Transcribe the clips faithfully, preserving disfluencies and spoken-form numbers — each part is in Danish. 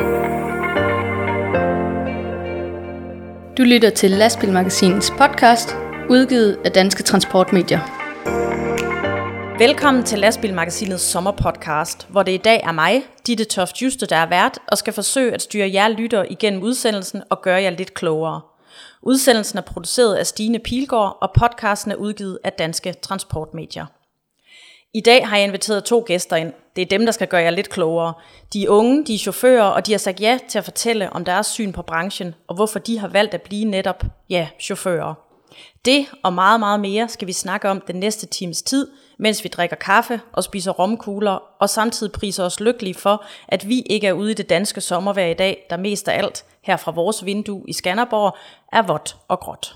Du lytter til Lastbilmagasinets podcast, udgivet af Danske Transportmedier. Velkommen til Lastbilmagasinets sommerpodcast, hvor det i dag er mig, Ditte Toft Juste, der er vært, og skal forsøge at styre jer lytter igennem udsendelsen og gøre jer lidt klogere. Udsendelsen er produceret af Stine Pilgaard, og podcasten er udgivet af Danske Transportmedier. I dag har jeg inviteret to gæster ind. Det er dem, der skal gøre jer lidt klogere. De er unge, de er chauffører, og de har sagt ja til at fortælle om deres syn på branchen, og hvorfor de har valgt at blive netop, ja, chauffører. Det og meget, meget mere skal vi snakke om den næste times tid, mens vi drikker kaffe og spiser romkugler, og samtidig priser os lykkelige for, at vi ikke er ude i det danske sommervejr i dag, der mest af alt her fra vores vindue i Skanderborg er vådt og gråt.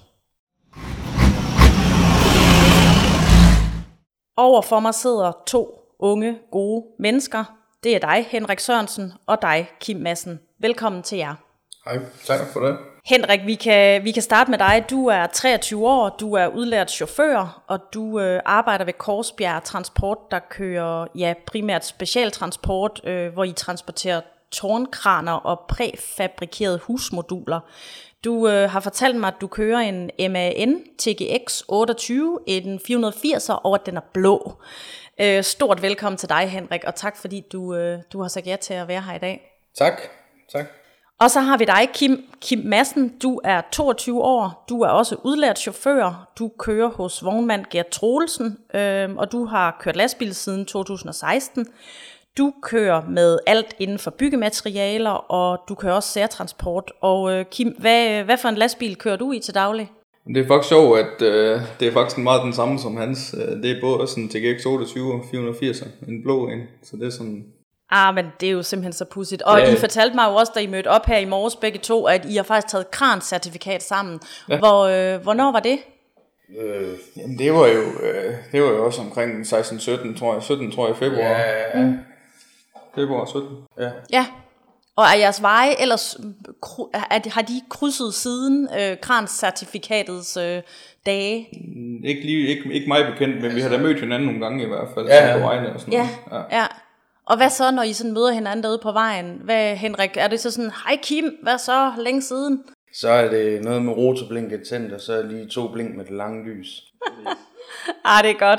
Over for mig sidder to unge, gode mennesker. Det er dig, Henrik Sørensen, og dig, Kim Madsen. Velkommen til jer. Hej, tak for det. Henrik, vi kan, vi kan starte med dig. Du er treogtyve år, du er udlært chauffør, og du øh, arbejder ved Korsbjerg Transport, der kører ja, primært specialtransport, øh, hvor I transporterer tårnkraner og præfabrikerede husmoduler. Du øh, har fortalt mig, at du kører en M A N T G X otteogtyve, en fire firser, og at den er blå. Øh, stort velkommen til dig, Henrik, og tak fordi du, øh, du har sagt ja til at være her i dag. Tak, tak. Og så har vi dig, Kim, Kim Madsen. Du er toogtyve år, du er også udlært chauffør. Du kører hos vognmand Gert Troelsen, øh, og du har kørt lastbil siden to tusind og seksten. Du kører med alt inden for byggematerialer, og du kører også særtransport. Og øh, Kim, hvad, hvad for en lastbil kører du i til daglig? Det er faktisk sjovt, at øh, det er faktisk meget den samme som hans. Det er både sådan en T G X otteogtyve og fire firser, en blå en, så det er sådan... Ah, men det er jo simpelthen så pudsigt. Og ja. I fortalte mig jo også, da I mødte op her i morges begge to, at I har faktisk taget krancertifikat sammen. Ja. Hvor, øh, hvornår var det? Øh, jamen det var jo øh, det var jo også omkring seksten sytten, tror jeg. sytten, tror jeg, februar. Ja, mm. Februar sytten. Ja. Ja. Og er jeres veje ellers er, har de krydset siden øh, krancertifikatets øh, dage? Ikke lige ikke ikke meget bekendt, men vi har da mødt hinanden nogle gange i hvert fald, ja. på vejene og sådan ja. noget. Ja. Ja. Og hvad så, når I sådan møder hinanden derude på vejen? Hvad, Henrik, er det så sådan, hej Kim, hvad så, længe siden? Så er det noget med rotorblinket tændt, og så er lige to blink med det lange lys. Ah, det er godt.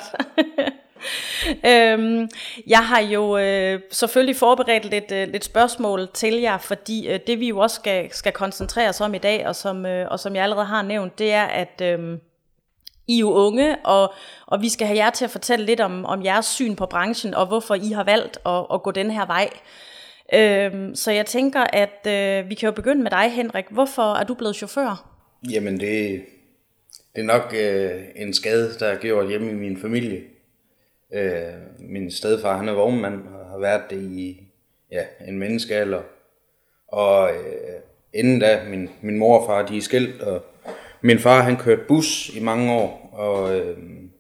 øhm, jeg har jo øh, selvfølgelig forberedt lidt, øh, lidt spørgsmål til jer, fordi øh, det vi jo også skal, skal koncentrere os om i dag, og som, øh, og som jeg allerede har nævnt, det er, at... Øh, I er jo unge, og, og vi skal have jer til at fortælle lidt om, om jeres syn på branchen, og hvorfor I har valgt at, at gå den her vej. Øhm, så jeg tænker, at øh, vi kan jo begynde med dig, Henrik. Hvorfor er du blevet chauffør? Jamen, det, det er nok øh, en skade, der er gjort hjemme i min familie. Øh, min stedfar, han er vognmand, og har været det i ja, en menneskealder. Og øh, inden da, min, min mor og far, de er skilt, og min far, han kørte bus i mange år, og øh,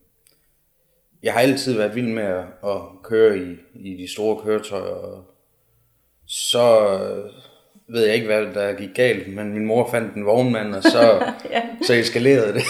jeg har altid været vild med at, at køre i, i de store køretøjer. Og så øh, ved jeg ikke, hvad der gik galt, men min mor fandt en vognmand, og så, ja. så eskalerede det.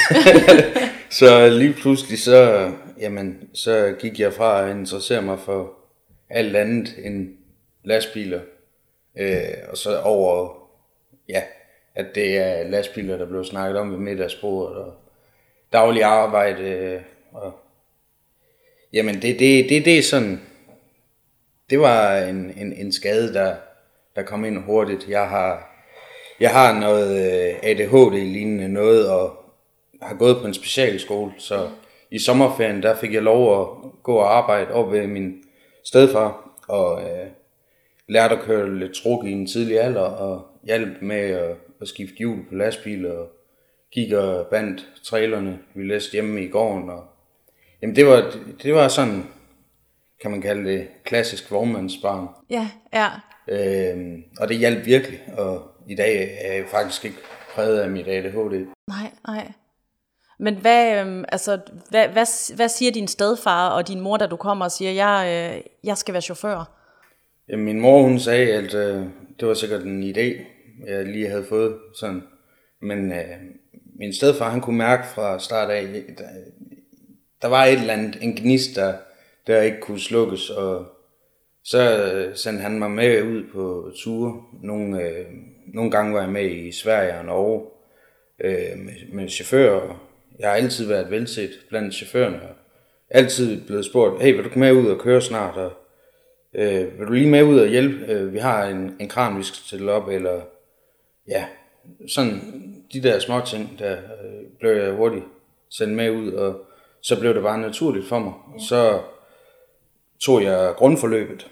Så lige pludselig, så, jamen, så gik jeg fra at interessere mig for alt andet end lastbiler, øh, og så over, ja, at det er lastbiler, der blev snakket om ved middagsbordet, og daglig arbejde, og jamen det, det, det, det er sådan, det var en, en, en skade, der, der kom ind hurtigt. Jeg har, jeg har noget A D H D-lignende noget, og har gået på en specialskole, så i sommerferien, der fik jeg lov at gå og arbejde op ved min stedfar, og øh, lærte at køre lidt truk i en tidlig alder, og hjalp med at og skifte hjul på lastbiler, og gik og bandt trailerne, vi læste hjemme i gården, og jamen det var, det var sådan, kan man kalde det, klassisk vognmandsbarn. Ja, ja. Øhm, og det hjalp virkelig, og i dag er jeg faktisk ikke præget af mit A D H D. Nej, nej. Men hvad, øhm, altså, hvad, hvad, hvad siger din stedfar og din mor, da du kommer og siger, jeg, øh, jeg skal være chauffør? Jamen, min mor, hun sagde, at øh, det var sikkert en idé, jeg lige havde fået sådan. Men øh, min stedfar, han kunne mærke fra start af, der, der var et eller andet, en gnist, der, der ikke kunne slukkes. Og Så øh, sendte han mig med ud på ture. Nogle, øh, nogle gange var jeg med i Sverige og Norge øh, med, med chauffører. Jeg har altid været velset blandt chaufførerne. Altid blevet spurgt, hey, vil du komme med ud og køre snart? Og, øh, vil du lige med ud og hjælpe? Øh, vi har en, en kran, vi skal stille op, eller ja, sådan de der små ting, der øh, blev jeg hurtigt sendt med ud, og så blev det bare naturligt for mig. Og så tog jeg grundforløbet,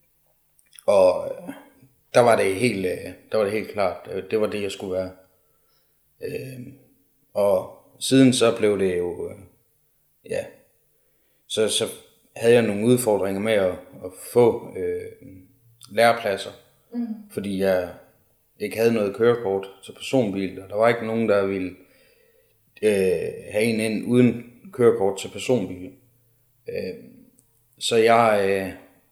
og øh, der var det helt, øh, der var det helt klart, øh, det var det, jeg skulle være. Øh, og siden så blev det jo, øh, ja, så, så havde jeg nogle udfordringer med at, at få øh, lærepladser, mm. fordi jeg ikke havde noget kørekort til personbil, og der var ikke nogen, der ville øh, have en ind uden kørekort til personbil. Øh, så jeg, øh,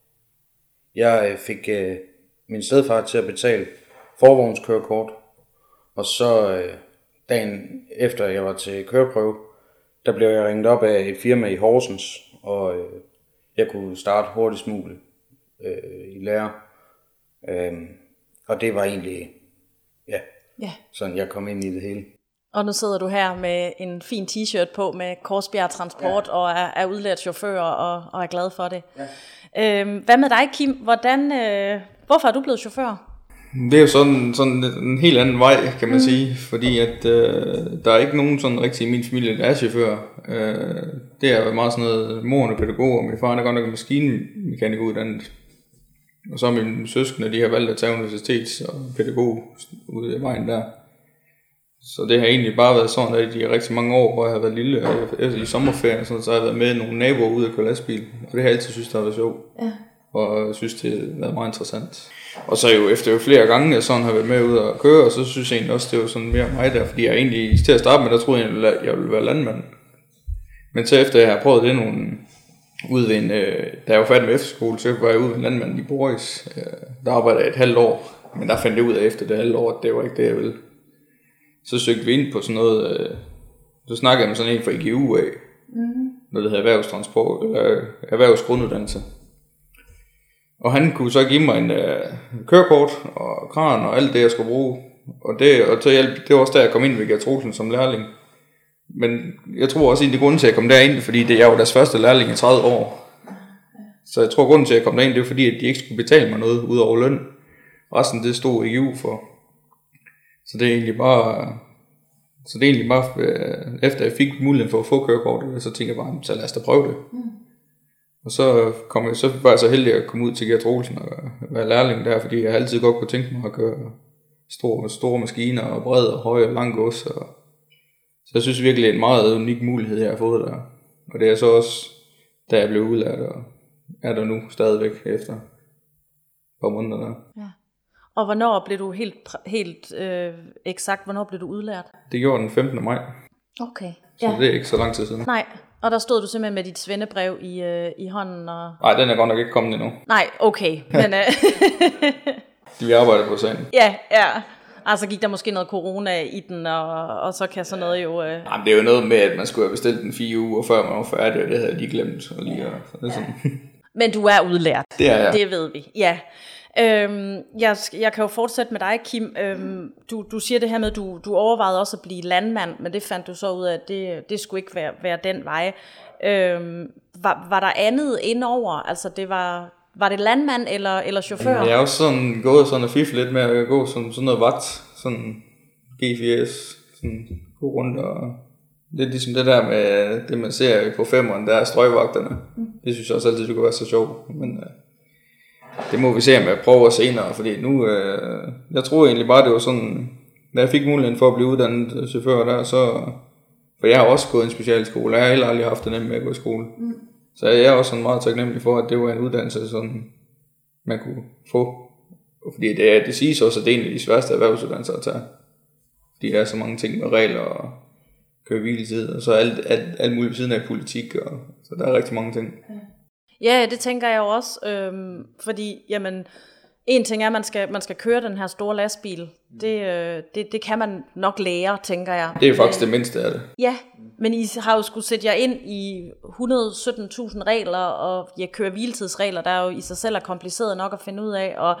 jeg fik øh, min stedfar til at betale forvognskørekort, og så øh, dagen efter jeg var til køreprøve, der blev jeg ringet op af et firma i Horsens, og øh, jeg kunne starte hurtigst muligt øh, i lære. Øh, og det var egentlig, ja, ja, sådan jeg kom ind i det hele. Og nu sidder du her med en fin t-shirt på med Korsbjerg Transport, ja. Og er, er udlært chauffør og, og er glad for det. Ja. Øhm, hvad med dig, Kim? Hvordan, øh, hvorfor er du blevet chauffør? Det er jo sådan, sådan en helt anden vej, kan man mm. sige, fordi at øh, der er ikke nogen sådan rigtig i min familie, der er chauffør. Øh, det er jo meget sådan noget morende pædagog, og min far er godt nok maskinmekaniker uddannet. Og så mine søskende, de har valgt at tage universitets og pædagog ude i vejen der. Så det har egentlig bare været sådan, at i rigtig mange år, hvor jeg har været lille, og i sommerferien, så har jeg været med nogle naboer ude at køre lastbil. Og det har jeg altid synes, det har været sjovt. Ja. Og jeg synes, det har været meget interessant. Og så jo efter jo flere gange, jeg sådan har været med ud at køre, og så synes jeg egentlig også, det var sådan mere mig der, fordi jeg egentlig til at starte med, der troede jeg, at jeg ville være landmand. Men så efter jeg har prøvet det nogle ude ved en, øh, da jeg var færdig med efterskole, så var jeg ude ved en landmand i Boris. Øh, der arbejdede jeg et halvt år, men der fandt jeg ud af efter det halvt år, at det var ikke det, jeg ville. Så søgte vi ind på sådan noget, øh, så snakkede jeg med sådan en fra I G U af, mm-hmm. noget der hedder erhvervstransport, eller erhvervsgrunduddannelse. Og han kunne så give mig en øh, kørekort og kran og alt det, jeg skulle bruge. Og det, og til hjælp, det var også der, jeg kom ind ved Gert Olsen som lærling. Men jeg tror også, at det er grunden til, at jeg kom derind, fordi det er jo deres første lærling i tredive år. Så jeg tror, at grunden til, at jeg kom derind, det var fordi, at de ikke skulle betale mig noget ud over løn. Resten, det stod I G U for. Så det er egentlig bare, så det er egentlig bare øh, efter jeg fik muligheden for at få kørekortet, så tænkte jeg bare, så lad os da prøve det. Mm. Og så, kom jeg, så var jeg så heldig at komme ud til Gert Olsen og være lærling der, fordi jeg altid godt kunne tænke mig at køre store, store maskiner og brede og høje og lang gods. Og så jeg synes virkelig, det er en meget unik mulighed, jeg har fået der. Og det er så også, da jeg blev udlært, og er der nu stadigvæk efter et par måneder der. Ja. Og hvornår blev du helt, helt øh, eksakt, hvornår blev du udlært? Det gjorde den femtende maj. Okay. Så ja. Det er ikke så lang tid siden. Nej, og der stod du simpelthen med dit svendebrev i, øh, i hånden? Og... Nej, den er godt nok ikke kommet endnu. Nej, okay. Men, øh... De vil arbejde på sagen. Ja, ja. Altså gik der måske noget corona i den, og, og så kan sådan noget jo... Øh... Jamen, det er jo noget med, at man skulle have bestilt den fire uger før man var færdig, og det havde jeg lige glemt. Og lige, og det er sådan. Men du er udlært. Det er jeg. Det ved vi, ja. Øhm, jeg, jeg kan jo fortsætte med dig, Kim. Øhm, du, du siger det her med, at du, du overvejede også at blive landmand, men det fandt du så ud af, at det, det skulle ikke være, være den vej. Øhm, var, var der andet indover? Altså det var, var det landmand eller, eller chauffør? Jeg er også sådan gået sådan og fifle lidt med at gå som sådan noget watt, sådan G fire S, sådan gå rundt og lidt ligesom det der med det man ser på femeren, der er strøgvagterne. Mm. Det synes jeg også altid, det kunne være så sjovt, men øh, det må vi se, om jeg prøver senere, fordi nu, øh, jeg tror egentlig bare, det var sådan, da jeg fik muligheden for at blive uddannet chauffør der, så, for jeg har også gået i en specialskole, jeg har heller aldrig haft det nemt med at gå i skole, mm. så jeg er også sådan meget taknemmelig for, at det var en uddannelse, sådan man kunne få, fordi det, er, det siges også, at det er en af de sværeste erhvervsuddannelser at tage, fordi der er så mange ting med regler og køre hviletid, og så alt, alt, alt muligt ved siden af politik, og, så der er rigtig mange ting. Ja. Ja, det tænker jeg jo også, øhm, fordi jamen, En ting er, at man skal, man skal køre den her store lastbil. Det, det, det kan man nok lære, tænker jeg. Det er faktisk det mindste af det. Ja, men I har jo skulle sætte jer ind i et hundrede og sytten tusind regler, og jeg kører hviletidsregler, der er jo i sig selv er kompliceret nok at finde ud af, og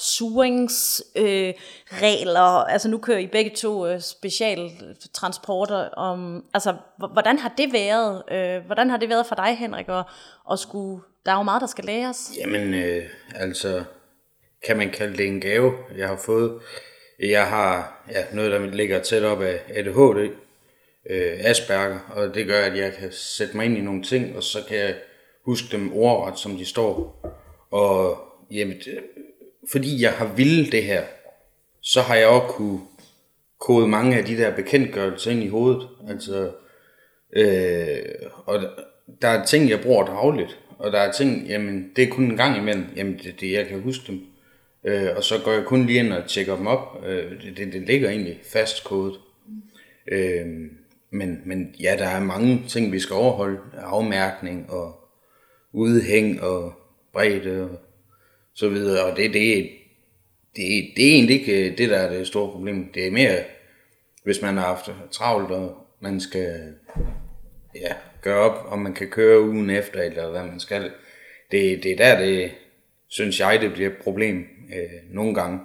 suringsregler, øh, altså nu kører I begge to øh, specialtransporter. Om, altså, hvordan har det været? Øh, hvordan har det været for dig, Henrik, og, og skulle, der er jo meget, der skal læres? Jamen, øh, altså... kan man kalde det en gave, jeg har fået. Jeg har ja, noget, der ligger tæt op af A D H D, øh, Asperger, og det gør, at jeg kan sætte mig ind i nogle ting, og så kan jeg huske dem ordret, som de står. Og jamen, fordi jeg har ville det her, så har jeg også kunne kode mange af de der bekendtgørelser ind i hovedet. Altså, øh, og der er ting, jeg bruger dagligt, og der er ting, jamen, det er kun en gang imellem, jamen, det, det jeg kan huske dem. Øh, og så går jeg kun lige ind og tjekker dem op. Øh, det, det, det ligger egentlig fast kodet. Mm. Øh, men, men ja, der er mange ting, vi skal overholde. Afmærkning og udhæng og bredde og så videre. Og det, det, det, det er egentlig ikke det, der er det store problem. Det er mere, hvis man har haft travlt, og man skal ja, gøre op, om man kan køre ugen efter, eller hvad man skal. Det, det er der, det synes jeg, det bliver et problem øh, nogle gange.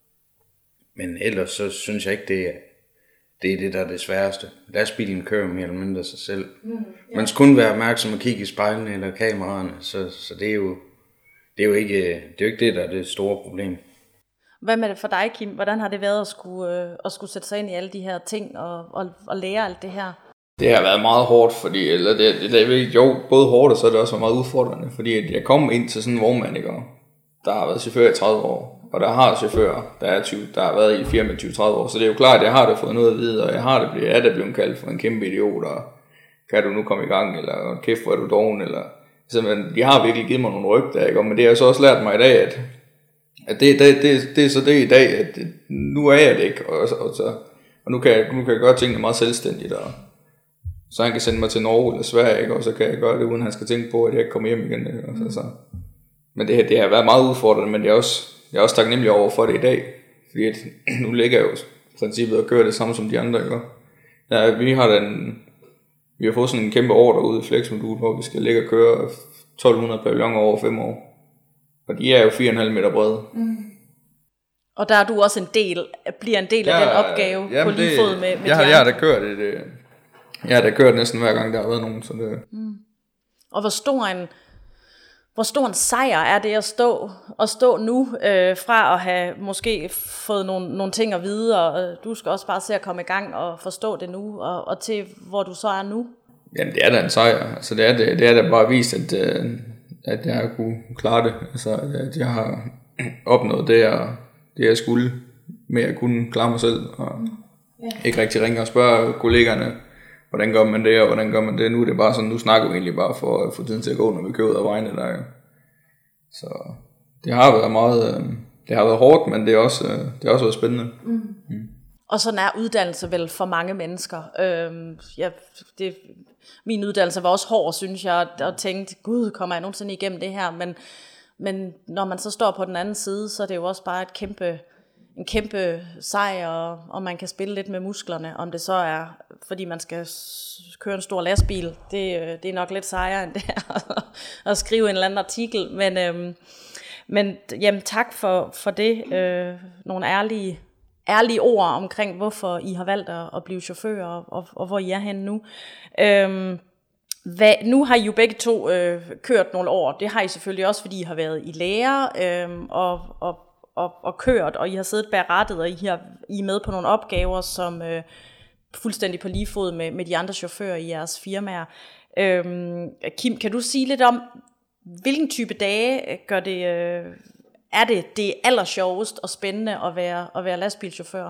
Men ellers så synes jeg ikke, det er det, er det der er det sværeste. Lastbilen kører mere eller mindre sig selv. Mm, yeah. Man skal kun være opmærksom og kigge i spejlene eller kameraerne, så, så det, er jo, det, er jo ikke, det er jo ikke det, der er det store problem. Hvad med det for dig, Kim? Hvordan har det været at skulle, øh, at skulle sætte sig ind i alle de her ting og, og, og lære alt det her? Det har været meget hårdt, fordi, eller det, det, det, jo, både hårdt og så er det også meget udfordrende, fordi at jeg kom ind til sådan en vognmand, ikke? Der har været chauffør i tredive år, og der har chauffører, der er tyve, der har været i firma i tyve til tredive år, så det er jo klart, at jeg har da fået noget at vide, og jeg har det blevet, er det blevet kaldt for en kæmpe idiot, og kan du nu komme i gang, eller kæft, hvor er du doven, eller simpelthen, de har virkelig givet mig nogle rygter, ikke? Men det har så også lært mig i dag, at, at det, det, det, det er så det i dag, at det, nu er jeg det ikke, og, og, så, og nu, kan jeg, nu kan jeg gøre tingene meget selvstændigt, og så han kan sende mig til Norge eller Sverige, ikke? Og så kan jeg gøre det, uden han skal tænke på, at jeg ikke kommer hjem igen. Ikke? Og så, så. Men det, det har været meget udfordrende, men jeg er også, jeg er også taknemmelig over for det i dag. Fordi at, nu ligger jeg jo i princippet og kører det samme som de andre. Ikke? Ja, vi har den, vi har fået sådan en kæmpe ordre ude i Flexmodul, hvor vi skal ligge og køre tolv hundrede pavilloner over fem år. Og de er jo fire komma fem meter brede. Mm. Og der er du også en del, bliver en del af ja, den opgave jamen på lige fod med, med jeg, har, jeg har da kørt det, det jeg har da kørt næsten hver gang der har været nogen, så det. Mm. Og hvor stor en hvor stor en sejr er det at stå at stå nu øh, fra at have måske fået nogle nogle ting at vide, og øh, du skal også bare se at komme i gang og forstå det nu, og, og til hvor du så er nu. Jamen det er da en sejr. Altså det er det, det er da bare vist at øh, at jeg har kunne klare det. Altså at jeg har opnået det jeg det jeg skulle med at kunne klare mig selv og mm. yeah. ikke rigtig ringe og spørge kollegerne. Hvordan gør man det, og hvordan gør man det? Nu er det bare sådan, nu snakker vi egentlig bare for at få tiden til at gå, når vi kører ud af vejene der. Så det har været meget, det har været hårdt, men det er også, det har også været spændende. Mm. Mm. Og sådan er uddannelse vel for mange mennesker. Øhm, ja, det, min uddannelse var også hård, synes jeg, og tænkte, gud, kommer jeg nogensinde igennem det her? Men, men når man så står på den anden side, så er det jo også bare et kæmpe... en kæmpe sejr, og, og man kan spille lidt med musklerne, om det så er, fordi man skal køre en stor lastbil. Det, det er nok lidt sejere end det her, at skrive en eller anden artikel. Men, øhm, men jamen, tak for, for det. Øh, nogle ærlige, ærlige ord omkring, hvorfor I har valgt at, at blive chauffører, og, og, og hvor I er henne nu. Øhm, hvad, nu har I jo begge to øh, kørt nogle år. Det har I selvfølgelig også, fordi I har været i lære, øh, og, og Og, og kørt, og I har siddet bag rattet, og I, har, I er med på nogle opgaver, som øh, fuldstændig på lige fod med, med de andre chauffører i jeres firmaer. Øhm, Kim, kan du sige lidt om, hvilken type dage gør det, øh, er det det allersjovest og spændende at være, at være lastbilchauffør?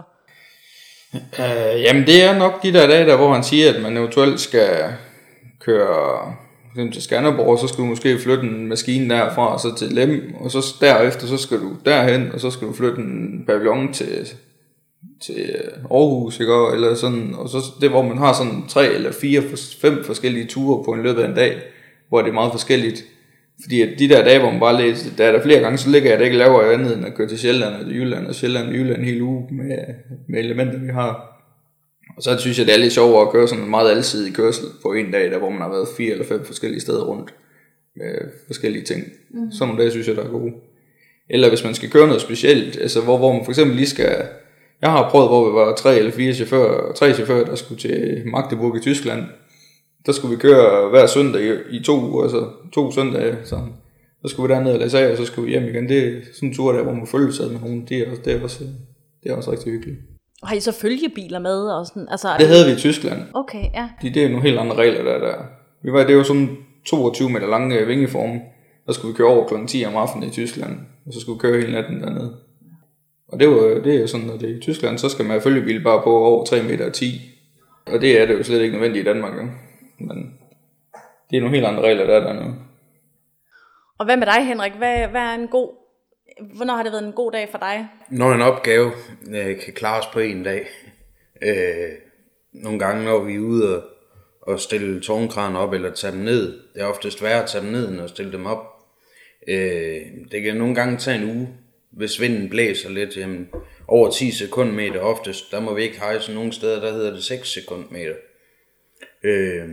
Øh, jamen det er nok de der dage, der, hvor han siger, at man eventuelt skal køre til Skanderborg, så skal du måske flytte en maskine derfra og så til Lem, og så derefter så skal du derhen, og så skal du flytte en pavillon til, til Aarhus, ikke? Eller sådan, og så det hvor man har sådan tre eller fire, fem forskellige ture på en løbet af en dag, hvor det er meget forskelligt, Fordi at de der dage, hvor man bare læser, der er der flere gange, så ligger jeg, at ikke laver andet end at køre til Sjælland og Jylland og Sjælland og Jylland hele uge med, med elementer, vi har. Og så synes jeg, det er lidt sjovere at køre sådan en meget alsidig kørsel på en dag, der hvor man har været fire eller fem forskellige steder rundt med forskellige ting. Mm. Sådan nogle dage synes jeg, der er gode. Eller hvis man skal køre noget specielt, altså hvor, hvor man for eksempel lige skal... Jeg har prøvet, hvor vi var tre eller fire chauffører, tre chauffører, der skulle til Magdeburg i Tyskland. Der skulle vi køre hver søndag i, i to uger, altså to søndage. Så, så skulle vi derned og læse af, og så skulle vi hjem igen. Det er sådan en tur der, hvor man følges ad med nogen. Det er også, det er også, det er også rigtig hyggeligt. Og har I så følgebiler med? Og sådan, altså, det havde vi i Tyskland. Okay, ja. De, det er nogle helt andre regler, der der. Vi var, det var sådan toogtyve meter lange vingeforme. Der skulle vi køre over klokken ti om aftenen i Tyskland, og så skulle vi køre hele natten dernede. Og det, var, det er jo sådan, at det er i Tyskland, så skal man have følgebil bare på over tre meter og ti. Og det er det jo slet ikke nødvendigt i Danmark. Ja. Men det er nogle helt andre regler, der er dernede. Og hvad med dig, Henrik? Hvad, hvad er en god... Hvornår har det været en god dag for dig? Når en opgave øh, kan klares på en dag. Øh, nogle gange, når vi er ude og, og stille tårnkran op eller tage dem ned. Det er oftest værre at tage dem ned, end at stille dem op. Øh, det kan nogle gange tage en uge. Hvis vinden blæser lidt, jamen, over ti sekundmeter oftest, der må vi ikke hejse nogle steder, der hedder det seks sekundmeter. Øh,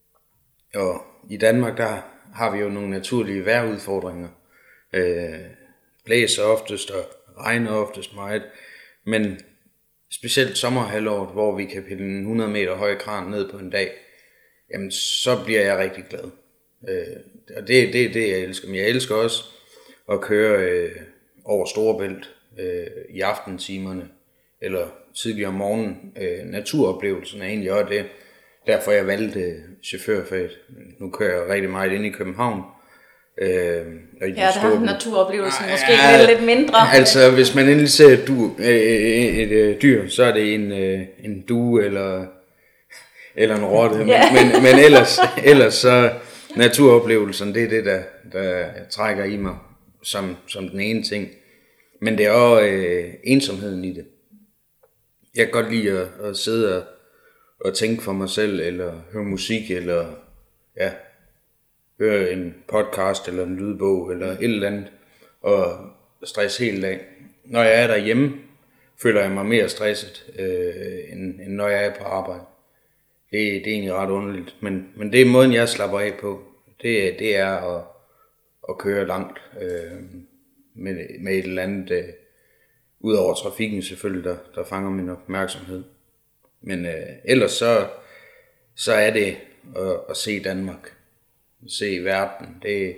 og i Danmark, der har vi jo nogle naturlige vejrudfordringer. Øh, blæser oftest og regner oftest meget, men specielt sommerhalvåret, hvor vi kan pille en hundrede meter høj kran ned på en dag, jamen så bliver jeg rigtig glad. Øh, og det er det, det, jeg elsker. Men jeg elsker også at køre øh, over Storebælt øh, i aftentimerne, eller tidligere om morgenen. Øh, naturoplevelsen er egentlig også det. Derfor jeg valgte chaufførfaget. Nu kører jeg rigtig meget ind i København. Øh, ja, der har naturoplevelsen ah, måske ja, lidt mindre. Altså, hvis man endelig ser et, du, øh, et, et, et dyr, så er det en, øh, en due eller, eller en rotte. Yeah. Men, men, men ellers, ellers så naturoplevelsen, det er det, der, der trækker i mig som, som den ene ting. Men det er også øh, ensomheden i det. Jeg kan godt lide at, at sidde og, og tænke for mig selv, eller høre musik, eller ja, høre en podcast, eller en lydbog, eller et eller andet, og stresse hele dagen. Når jeg er derhjemme, føler jeg mig mere stresset, øh, end, end når jeg er på arbejde. Det, det er egentlig ret underligt, men, men det er måden, jeg slapper af på. Det, det er at, at køre langt øh, med, med et eller andet, øh, ud over trafikken selvfølgelig, der, der fanger min opmærksomhed. Men øh, ellers så, så er det at, at se Danmark, at se verden. Det,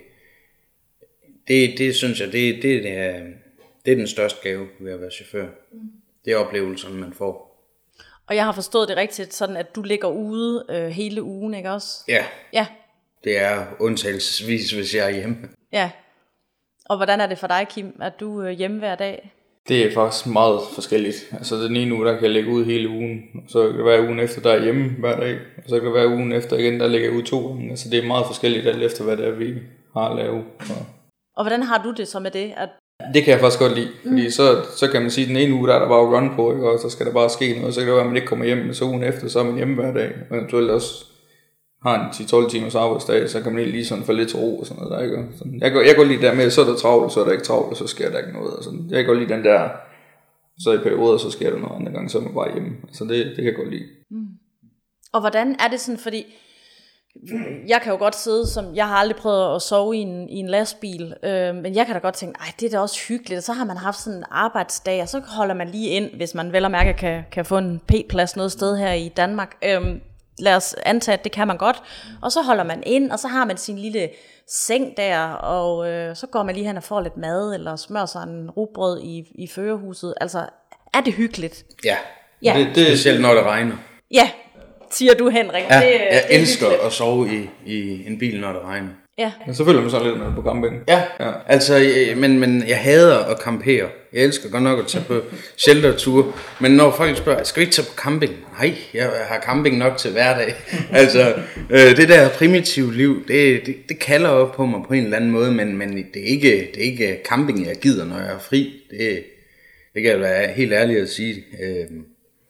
det, det synes jeg, det, det, det, er, det er den største gave ved at være chauffør. Mm. Det er oplevelsen, man får. Og jeg har forstået det rigtigt, sådan at du ligger ude øh, hele ugen, ikke også? Ja. Ja. Det er undtagelsesvis, hvis jeg er hjemme. Ja. Og hvordan er det for dig, Kim? Er du øh, hjemme hver dag? Det er faktisk meget forskelligt. Altså den ene uge, der kan jeg ligge ud hele ugen. Så kan det være ugen efter, der er hjemme hver dag. Og så kan det være ugen efter igen, der ligger jeg ud to gange. Altså det er meget forskelligt alt efter, hvad det er, vi har at lave. Og, og hvordan har du det så med det? At... Det kan jeg faktisk godt lide. Fordi mm. så, så kan man sige, at den ene uge, der er der bare run på, ikke? Og så skal der bare ske noget. Så kan det være, at man ikke kommer hjem, men så ugen efter, så er man hjemme hver dag. Og eventuelt også har en ti til tolv timers arbejdsdag, så kan man lige sådan få lidt til ro og sådan noget der, ikke? Sådan, jeg, går, jeg går lige der med, så er der travlt, så er der ikke travlt, og så sker der ikke noget. Og sådan. Jeg går lige den der, så i perioder, så sker der noget andre gang, så er man bare hjemme. Så det, det kan jeg godt lide. Mm. Og hvordan er det sådan, fordi jeg kan jo godt sidde som, jeg har aldrig prøvet at sove i en, i en lastbil, øh, men jeg kan da godt tænke, ej, det er da også hyggeligt, og så har man haft sådan en arbejdsdag, og så holder man lige ind, hvis man vel og mærke kan, kan få en P-plads noget sted her i Danmark. Øh, lad os antage, at det kan man godt, og så holder man ind, og så har man sin lille seng der, og øh, så går man lige hen og får lidt mad, eller smører sig en rugbrød i, i førerhuset. Altså, er det hyggeligt? Ja, ja. Det, det er specielt når det regner. Ja, siger du, Henrik. Ja, det, jeg det elsker hyggeligt. at sove i, i en bil, når det regner. Ja. Men så føler man sådan lidt med på camping. Ja, ja. Altså, men, men jeg hader at campere. Jeg elsker godt nok at tage på shelterture. Men når folk spørger, skal vi ikke tage på camping? Nej, jeg har camping nok til hverdag. Altså, øh, det der primitive liv, det, det, det kalder op på mig på en eller anden måde, men, men det, er ikke, det er ikke camping, jeg gider, når jeg er fri. Det, det kan jeg være helt ærlig at sige. Øh,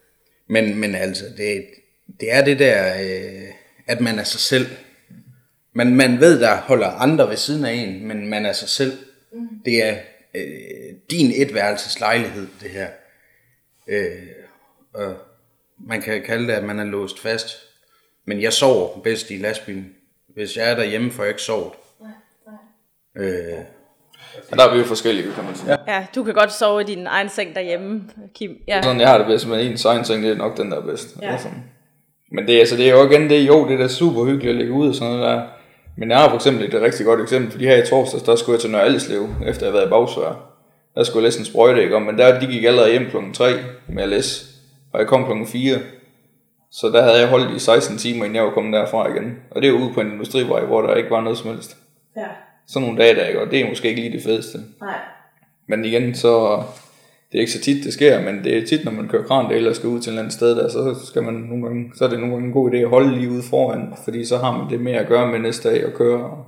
men, men altså, det, det er det der, øh, at man er sig selv. man, man ved, der holder andre ved siden af en, men man er sig selv. Mm. Det er øh, din etværelses lejlighed, det her. Øh, og man kan kalde det, at man er låst fast. Men jeg sover bedst i lastbilen. Hvis jeg er derhjemme, får jeg ikke sovet. Nej, nej. Øh, ja, der er vi jo forskellige, kan man sige. Ja. Ja, du kan godt sove i din egen seng derhjemme, Kim. Ja. Sådan, jeg har det bedst, men ens egen seng, det er nok den, der er bedst. Ja. Men det, altså, det er jo igen det, jo, det er da super hyggeligt at lægge ud og sådan noget der. Men jeg har for eksempel et rigtig godt eksempel, fordi her i torsdags, der skulle jeg til Nørre Alleslev, efter jeg havde været i Bagsvær. Der skulle jeg læse en sprøjte, ikke om, men der de gik allerede hjem klokken tre med at læse, og jeg kom klokken fire. Så der havde jeg holdt i seksten timer, inden jeg var kommet derfra igen. Og det er jo ude på en industrivej, hvor der ikke var noget som helst. Ja. Sådan nogle dage der, ikke? Og det er måske ikke lige det fedeste. Nej. Men igen, så det er ikke så tit, det sker, men det er tit, når man kører krandel og skal ud til et eller andet sted der, så skal man nogle gange, så er det nogle gange en god idé at holde lige ude foran, fordi så har man det mere at gøre med næste dag og køre.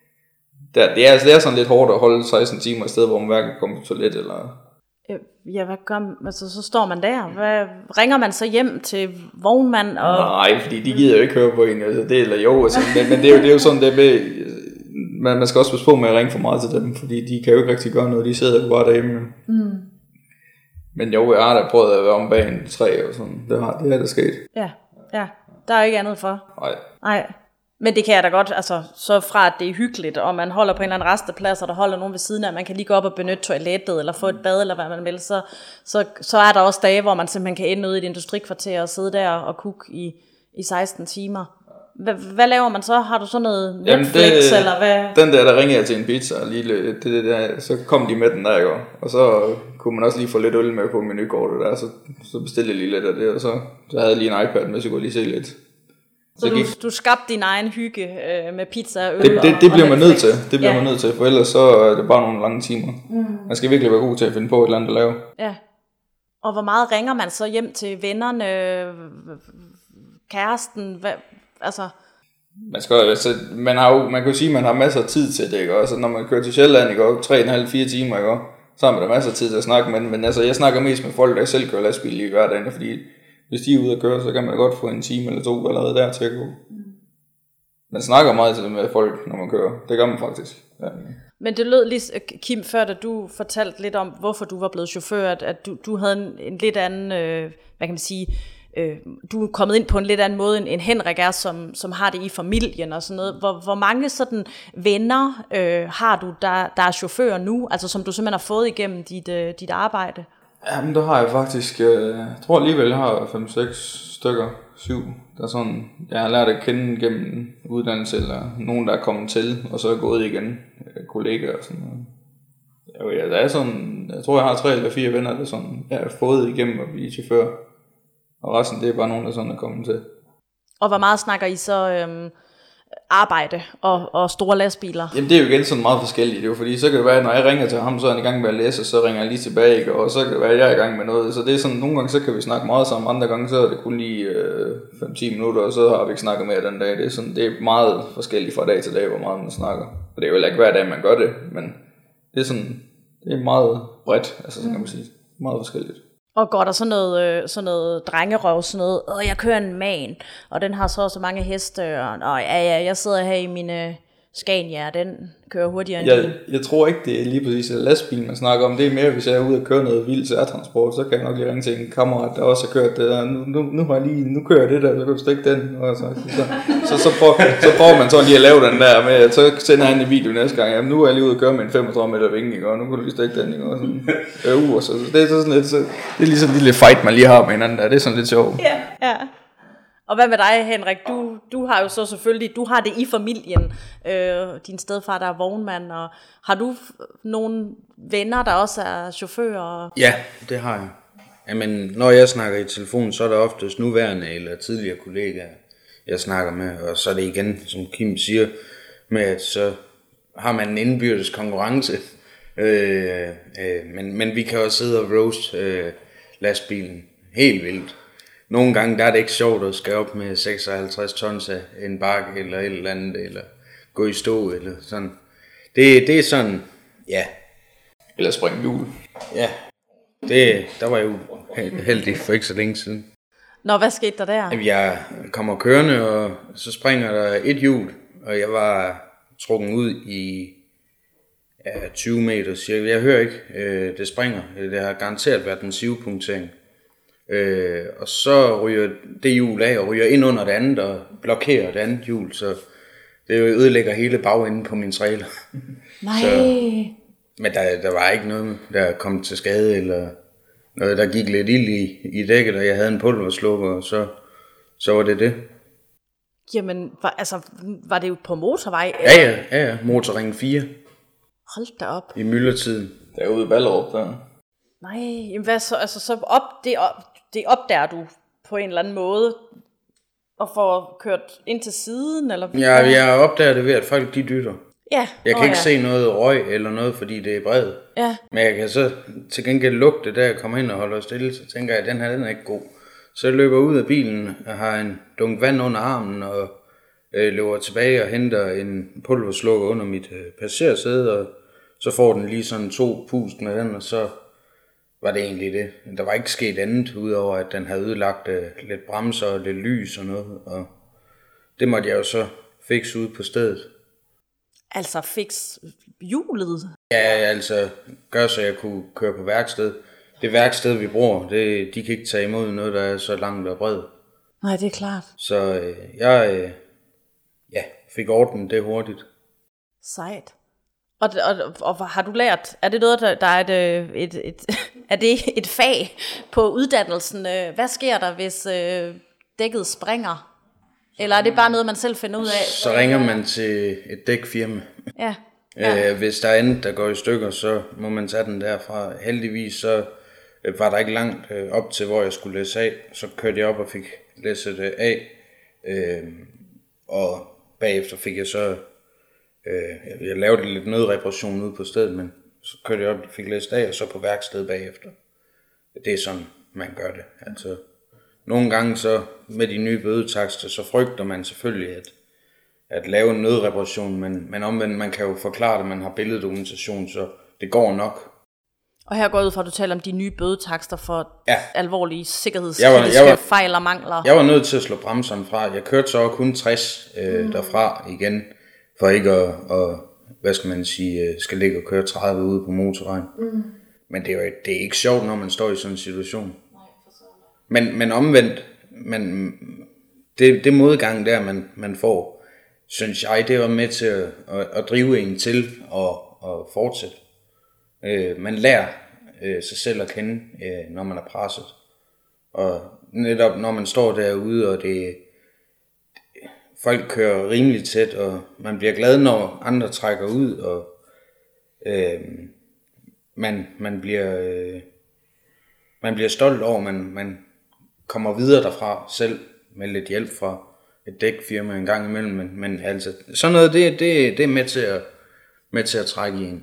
Der, det, er, det er sådan lidt hårdt at holde seksten timer i stedet, hvor man hverken kommer på toilet eller... Ja, hvad gør man? Altså, så står man der. Hvad, ringer man så hjem til vognmand? Og... Nej, fordi de gider jo ikke høre på en, altså, det eller jo, altså, men, men det, er jo, det er jo sådan, det med, man, man skal også passe på med at ringe for meget til dem, fordi de kan jo ikke rigtig gøre noget, de sidder jo bare derhjemme. Mm. Men jo, jeg har da prøvet at være om bag en træ og sådan, det har det er der sket. Ja, ja, der er ikke andet for. Nej. Nej. Men det kan jeg da godt, altså så fra at det er hyggeligt, og man holder på en eller anden resteplads, og der holder nogen ved siden af, man kan lige gå op og benytte toilettet, eller få et bad, eller hvad man vil, så, så, så er der også dage, hvor man simpelthen kan ende ude i et industrikvarter og sidde der og kukke i, i seksten timer. Hvad, hvad laver man så? Har du sådan noget Netflix, Jamen det, eller hvad? Den der, der ringer jeg til en pizza, og lige, det, det der, så kom de med den der, ikke? Og så kunne man også lige få lidt øl med på menukortet der, så, så bestilte jeg lige lidt af det, og så, så havde jeg lige en iPad med, så kunne jeg lige se lidt. Så du, du skabte din egen hygge øh, med pizza og øl? Det, det, det og, bliver og man nødt til, det bliver ja. man nødt til, for ellers så er det bare nogle lange timer. Mm. Man skal virkelig være god til at finde på et eller andet at lave. Ja. Og hvor meget ringer man så hjem til vennerne, kæresten, hvad, altså... Man skal altså, man har jo, man kan jo sige, at man har masser af tid til det, ikke? Altså, når man kører til Sjælland, ikke? tre komma fem til fire timer, ikke? Så har man da masser af tid til at snakke med, men altså, jeg snakker mest med folk, der selv kører lastbil i hverdagen, fordi hvis de er ude at køre, så kan man godt få en time eller to allerede der til at gå. Man snakker meget til med folk, når man kører. Det gør man faktisk. Ja. Men det lød lige, Kim, før da du fortalte lidt om, hvorfor du var blevet chauffør, at, at du, du havde en, en lidt anden, øh, hvad kan man sige, øh, du er kommet ind på en lidt anden måde, end, end Henrik er, som, som har det i familien og sådan noget. Hvor, hvor mange sådan venner øh, har du, der, der er chauffører nu, altså som du simpelthen har fået igennem dit, øh, dit arbejde? Jamen, der har jeg faktisk, øh, jeg tror alligevel, jeg har fem seks stykker, syv, der sådan, jeg har lært at kende gennem uddannelse, eller nogen, der er kommet til, og så er gået igen, øh, kollegaer og sådan noget. Jeg, der er sådan, jeg tror, jeg har tre eller fire venner, der sådan, jeg har fået igennem at blive chauffør, og resten, det er bare nogen, der sådan er kommet til. Og hvor meget snakker I så øhm, arbejde og, og store lastbiler? Jamen det er jo igen sådan meget forskelligt, det er jo, fordi så kan det være, at når jeg ringer til ham, så er han i gang med at læse, og så ringer jeg lige tilbage, ikke? Og så kan det være, at jeg er i gang med noget, så det er sådan, nogle gange så kan vi snakke meget sammen, andre gange så er det kun lige øh, fem til ti minutter, og så har vi ikke snakket mere den dag. Det er, sådan, det er meget forskelligt fra dag til dag, hvor meget man snakker, og det er jo heller ikke hver dag, man gør det, men det er sådan, det er meget bredt, altså så kan man sige, meget forskelligt. Og går der sådan noget, sådan noget drengerøv, sådan noget, åh, jeg kører en man, og den har så så mange heste, og, og ja, ja, jeg sidder her i mine Scania, den kører hurtigere end jeg, din. Jeg tror ikke, det er lige præcis lastbil, man snakker om. Det er mere, hvis jeg er ude og køre noget vild særtransport, så kan jeg nok lige ringe til en kammerat, der også har kørt det der. Nu, nu, nu, har jeg lige, nu kører jeg det der, så kan du stikke den. Og så, så, så, så, prøver, så prøver man så lige at lave den der med, så sender han en video næste gang. Jamen, nu er jeg lige ude og køre med en femogtredive meter vinge, og nu kan du lige stikke den. Ikke? Og sådan, øh, så, så det er sådan lidt, så, det er ligesom en lille fight, man lige har med hinanden der. Det er sådan lidt sjovt. Ja, ja. Og hvad med dig, Henrik? Du, du har jo så selvfølgelig, du har det i familien. Øh, din stedfar, der er vognmand. Og har du nogle venner, der også er chauffører? Ja, det har jeg. Jamen, når jeg snakker i telefon, så er der oftest nuværende eller tidligere kollegaer, jeg snakker med. Og så er det igen, som Kim siger, med at så har man en indbyrdes konkurrence. Øh, øh, men, men vi kan også sidde og roast øh, lastbilen helt vildt. Nogle gange der er det ikke sjovt at skal op med seksoghalvtreds tons af en bakke eller et eller andet, eller gå i stå eller sådan. Det, det er sådan, ja. Eller springe hjul. Ja, det, der var jeg jo heldig for ikke så længe siden. Nå, hvad skete der der? Jeg kommer kørende, og så springer der et hjul, og jeg var trukken ud i ja, tyve meter cirka. Jeg hører ikke, øh, det springer. Det har garanteret været en sivepunktering. Øh, og så ryger det hjul af og ryger ind under det andet og blokerer det andet hjul, så det ødelægger hele bagenden på min trailer. Nej. Så, men der, der var ikke noget, der kom til skade, eller noget, der gik lidt ild i, i dækket, og jeg havde en pulverslukker, og så, så var det det. Jamen, var, altså, var det jo på motorvej? Ja, ja, ja, ja. Motorring fire. Hold da op. I myldretiden. Derude i Ballerup der. Nej, jamen hvad så? Altså, så op, det, op, det opdager du på en eller anden måde, og får kørt ind til siden, eller? Ja, jeg opdager det ved, at folk de dytter. Ja. Jeg kan oh, ikke ja. se noget røg eller noget, fordi det er bredt. Ja. Men jeg kan så til gengæld lugte, da jeg kommer ind og holder stille, så tænker jeg, at den her, den er ikke god. Så jeg løber ud af bilen, og har en dunk vand under armen, og øh, løber tilbage og henter en pulverslukker under mit øh, passagersæde, og så får den lige sådan to pust med den, og så var det egentlig det. Der var ikke sket andet, udover at den havde ødelagt øh, lidt bremser og lidt lys og noget, og det måtte jeg jo så fikse ud på stedet. Altså fix hjulet? Ja, altså gør så jeg kunne køre på værksted. Det værksted vi bruger, det, de kan ikke tage imod noget, der er så langt og bredt. Nej, det er klart. Så øh, jeg øh, ja, fik ordnet det hurtigt. Sejt. Og, og, og har du lært, er det noget, der, der er et, et, et, er det et fag på uddannelsen? Hvad sker der, hvis øh, dækket springer? Eller er det bare noget, man selv finder ud af? Så ringer man til et dækfirma. Ja. Ja. Øh, hvis der er andet, der går i stykker, så må man tage den derfra. Heldigvis så øh, var der ikke langt øh, op til, hvor jeg skulle læse af. Så kørte jeg op og fik læsset det af. Øh, og bagefter fik jeg så... Øh, jeg lavede lidt nødreparation ude på stedet, men så kørte jeg op og fik læst af, og så på værkstedet bagefter. Det er sådan, man gør det. Altså, nogle gange så med de nye bødetakster, så frygter man selvfølgelig at, at lave en nødreparation, men, men omvendt, man kan jo forklare det, man har billeddokumentation, så det går nok. Og her går jeg ud fra, at du taler om de nye bødetakster for ja. alvorlige sikkerhedskritiske fejl og mangler. Jeg var nødt til at slå bremserne fra. Jeg kørte så kun tres øh, mm. derfra igen, for ikke at, at, hvad skal man sige, skal ligge og køre tredive ude på motorvejen. Mm. Men det er jo det er ikke sjovt, når man står i sådan en situation. Men, men omvendt, man, det, det modgang der, man, man får, synes jeg, det var med til at, at, at drive en til og, og fortsætte. Øh, man lærer øh, sig selv at kende, øh, når man er presset. Og netop når man står derude, og det folk kører rimelig tæt, og man bliver glad, når andre trækker ud, og øh, man, man, bliver, øh, man bliver stolt over, man, man kommer videre derfra selv med lidt hjælp fra et dækfirma en gang imellem, men, men altså, sådan noget, det, det, det er med til, at, med til at trække i en.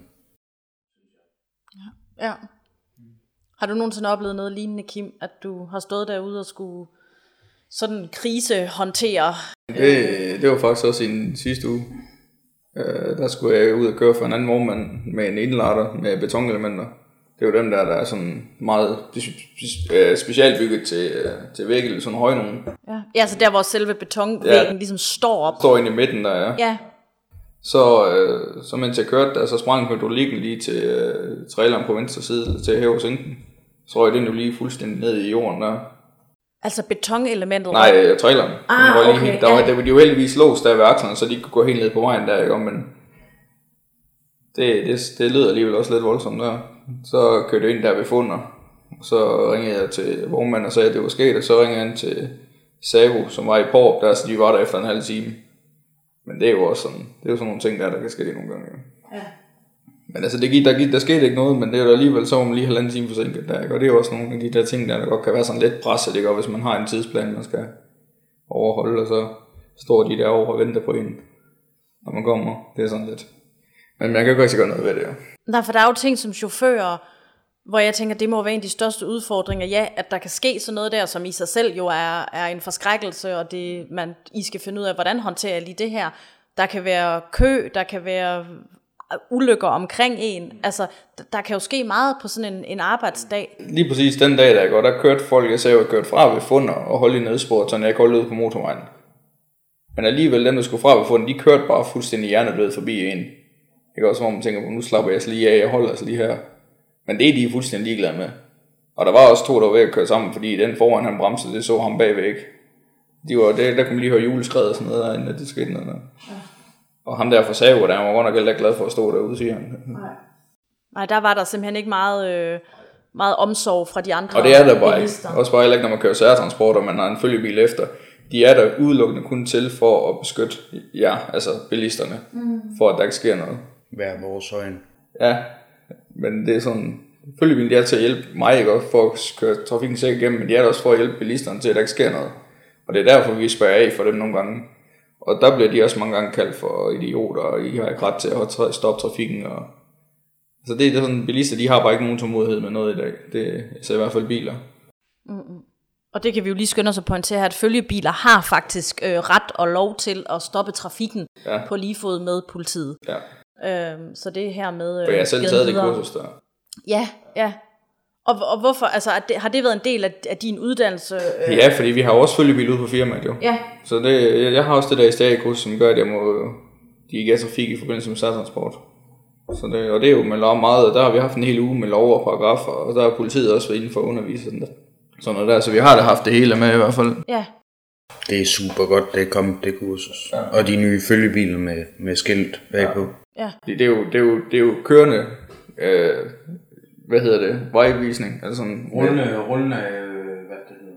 Ja. Ja. Har du nogensinde oplevet noget lignende, Kim, at du har stået derude og skulle sådan krise håndtere? Det, det var faktisk også i den sidste uge. Uh, der skulle jeg ud og køre for en anden vognmand med en indlader med betonelementer. Det er jo dem der, der er sådan meget specielt bygget til, til vægge, sådan høje nogen. Ja, ja, så der hvor selve betonvæggen ja, ligesom står op. Står inde i midten der, ja. Ja. Så, øh, så mens jeg kørte der, så sprang hydraulikken lige til øh, traileren på venstre side til at hæve sænken. Så røg den jo lige fuldstændig ned i jorden der. Altså betonelementet? Nej, traileren. Ah, var lige okay, helt, der, ja. var, der var de jo heldigvis låst der ved akslerne, så de kunne gå helt ned på vejen der, ikke? Men det, det, det lyder alligevel også lidt voldsomt der. Så kørte jeg ind der ved Funder, og så ringede jeg til vognmanden og sagde, at det var sket, og så ringede jeg ind til Savo, som var i Pårup der, så de var der efter en halv time. Men det er jo også sådan, det er jo sådan nogle ting der, der kan ske det nogle gange. Ja. Ja. Men altså, det gik, der, gik, der skete ikke noget, men det er jo alligevel så, man lige halvanden time forsinket der, ikke? Og det er jo også nogle af de der ting, der, der godt kan være sådan lidt presset, ikke? Og hvis man har en tidsplan, man skal overholde, og så står de derovre og venter på en, når man kommer. Det er sådan lidt. Men man kan jo ikke gøre noget ved det, jo. Nej, for der er jo ting som chauffører, hvor jeg tænker, det må være en af de største udfordringer, ja, at der kan ske sådan noget der, som i sig selv jo er, er en forskrækkelse, og det, man, I skal finde ud af, hvordan håndterer jeg lige det her. Der kan være kø, der kan være ulykker omkring en. Altså, der kan jo ske meget på sådan en, en arbejdsdag. Lige præcis den dag, der går, der kørte folk, jeg sagde, at jeg kørte fra ved Funder og holdt i nedsporet, så jeg ikke holdt ud på motorvejen. Men alligevel, dem der skulle fra få den, de kørte bare fuldstændig hjernedød forbi en. Ikke også, hvor man tænker, nu slapper jeg så lige af, jeg holder altså lige her. Men det er de fuldstændig ligeglade med. Og der var også to, der var ved at køre sammen, fordi den foran han bremsede, det så ham bagved ikke. De var, det, der kunne man lige høre juleskred og sådan noget derinde, at det skete noget der. Ja. Og ham der fra Savo, der var godt nok heller glad for at stå derude, siger han. Nej. Nej, der var der simpelthen ikke meget, øh, meget omsorg fra de andre. Og det er der bare ikke. Også bare heller ikke, når man kører særtransport, og man har en følgebil efter. De er der udelukkende kun til for at beskytte ja, altså bilisterne, mm. for at der ikke sker noget. Hver vores øjne. Ja, men det er sådan, følgebilen de er til at hjælpe mig, ikke også, for at køre trafikken sikkert igennem, men de er der også for at hjælpe bilisterne til, at der ikke sker noget. Og det er derfor, vi spørger af for dem nogle gange. Og der bliver de også mange gange kaldt for idioter, og I har ikke ret til at stoppe trafikken. Og så det er sådan, bilister, de har bare ikke nogen tålmodighed med noget i dag. Det er i hvert fald biler. Mm-hmm. Og det kan vi jo lige skynde os at pointere her, at følgebiler har faktisk øh, ret og lov til at stoppe trafikken ja. på lige fod med politiet. Ja. Øhm, så det her med... Øh, For jeg har selv taget det kursus der. Ja, ja. Og, og hvorfor, altså det, har det været en del af, af din uddannelse? Øh? Ja, fordi vi har også følgebil ude på firmaet jo. Ja. Så det, jeg, jeg har også det der i stagkursus, som gør, at jeg må dirigere trafik i forbindelse med særtransport. Så det, og det er jo med lov meget, og der har vi haft en hel uge med lov og paragrafer, og der har politiet også været inden for at undervise sådan der. Sådan noget der, så vi har da haft det hele med i hvert fald. Ja. Det er super godt, det er kommet det kursus. Ja. Og de nye følgebiler med, med skilt bagpå. Ja. Det, det, er jo, det, er jo, det er jo kørende, øh, hvad hedder det, vejvisning. Altså sådan, rullende, rullende, hvad det hedder.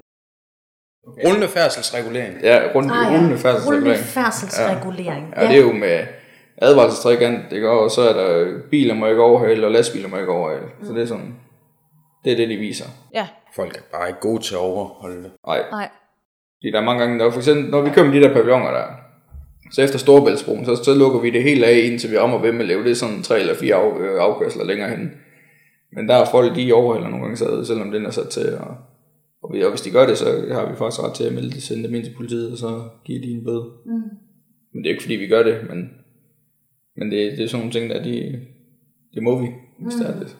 Okay. Rullende færdselsregulering. Ja, rullende, ah, ja. rullende færdselsregulering. Rullende færdselsregulering. Ja. Ja, det er jo med advarselstrækant, ikke? Og så er der biler må ikke overhale, og lastbiler må ikke overhale. Mm. Så det er sådan, det er det, de viser. Ja. Folk er bare ikke gode til at overholde det. Nej. Nej. Fordi der er mange gange, der for eksempel, når vi kører med de der pavilloner der, så efter Storebæltsbroen, så, så lukker vi det helt af, indtil vi rammer Vemmelev. Det er sådan tre eller fire af, øh, afkørsler længere hen. Men der er folk, de overhælder nogle gange sad, selvom den er sat til. Og, og, vi, og hvis de gør det, så har vi faktisk ret til at melde det, sende dem ind til politiet, og så give de en bøde. Mm. Men det er ikke fordi, vi gør det, men, men det, det er sådan nogle ting, der de, det må vi, hvis mm. det er det.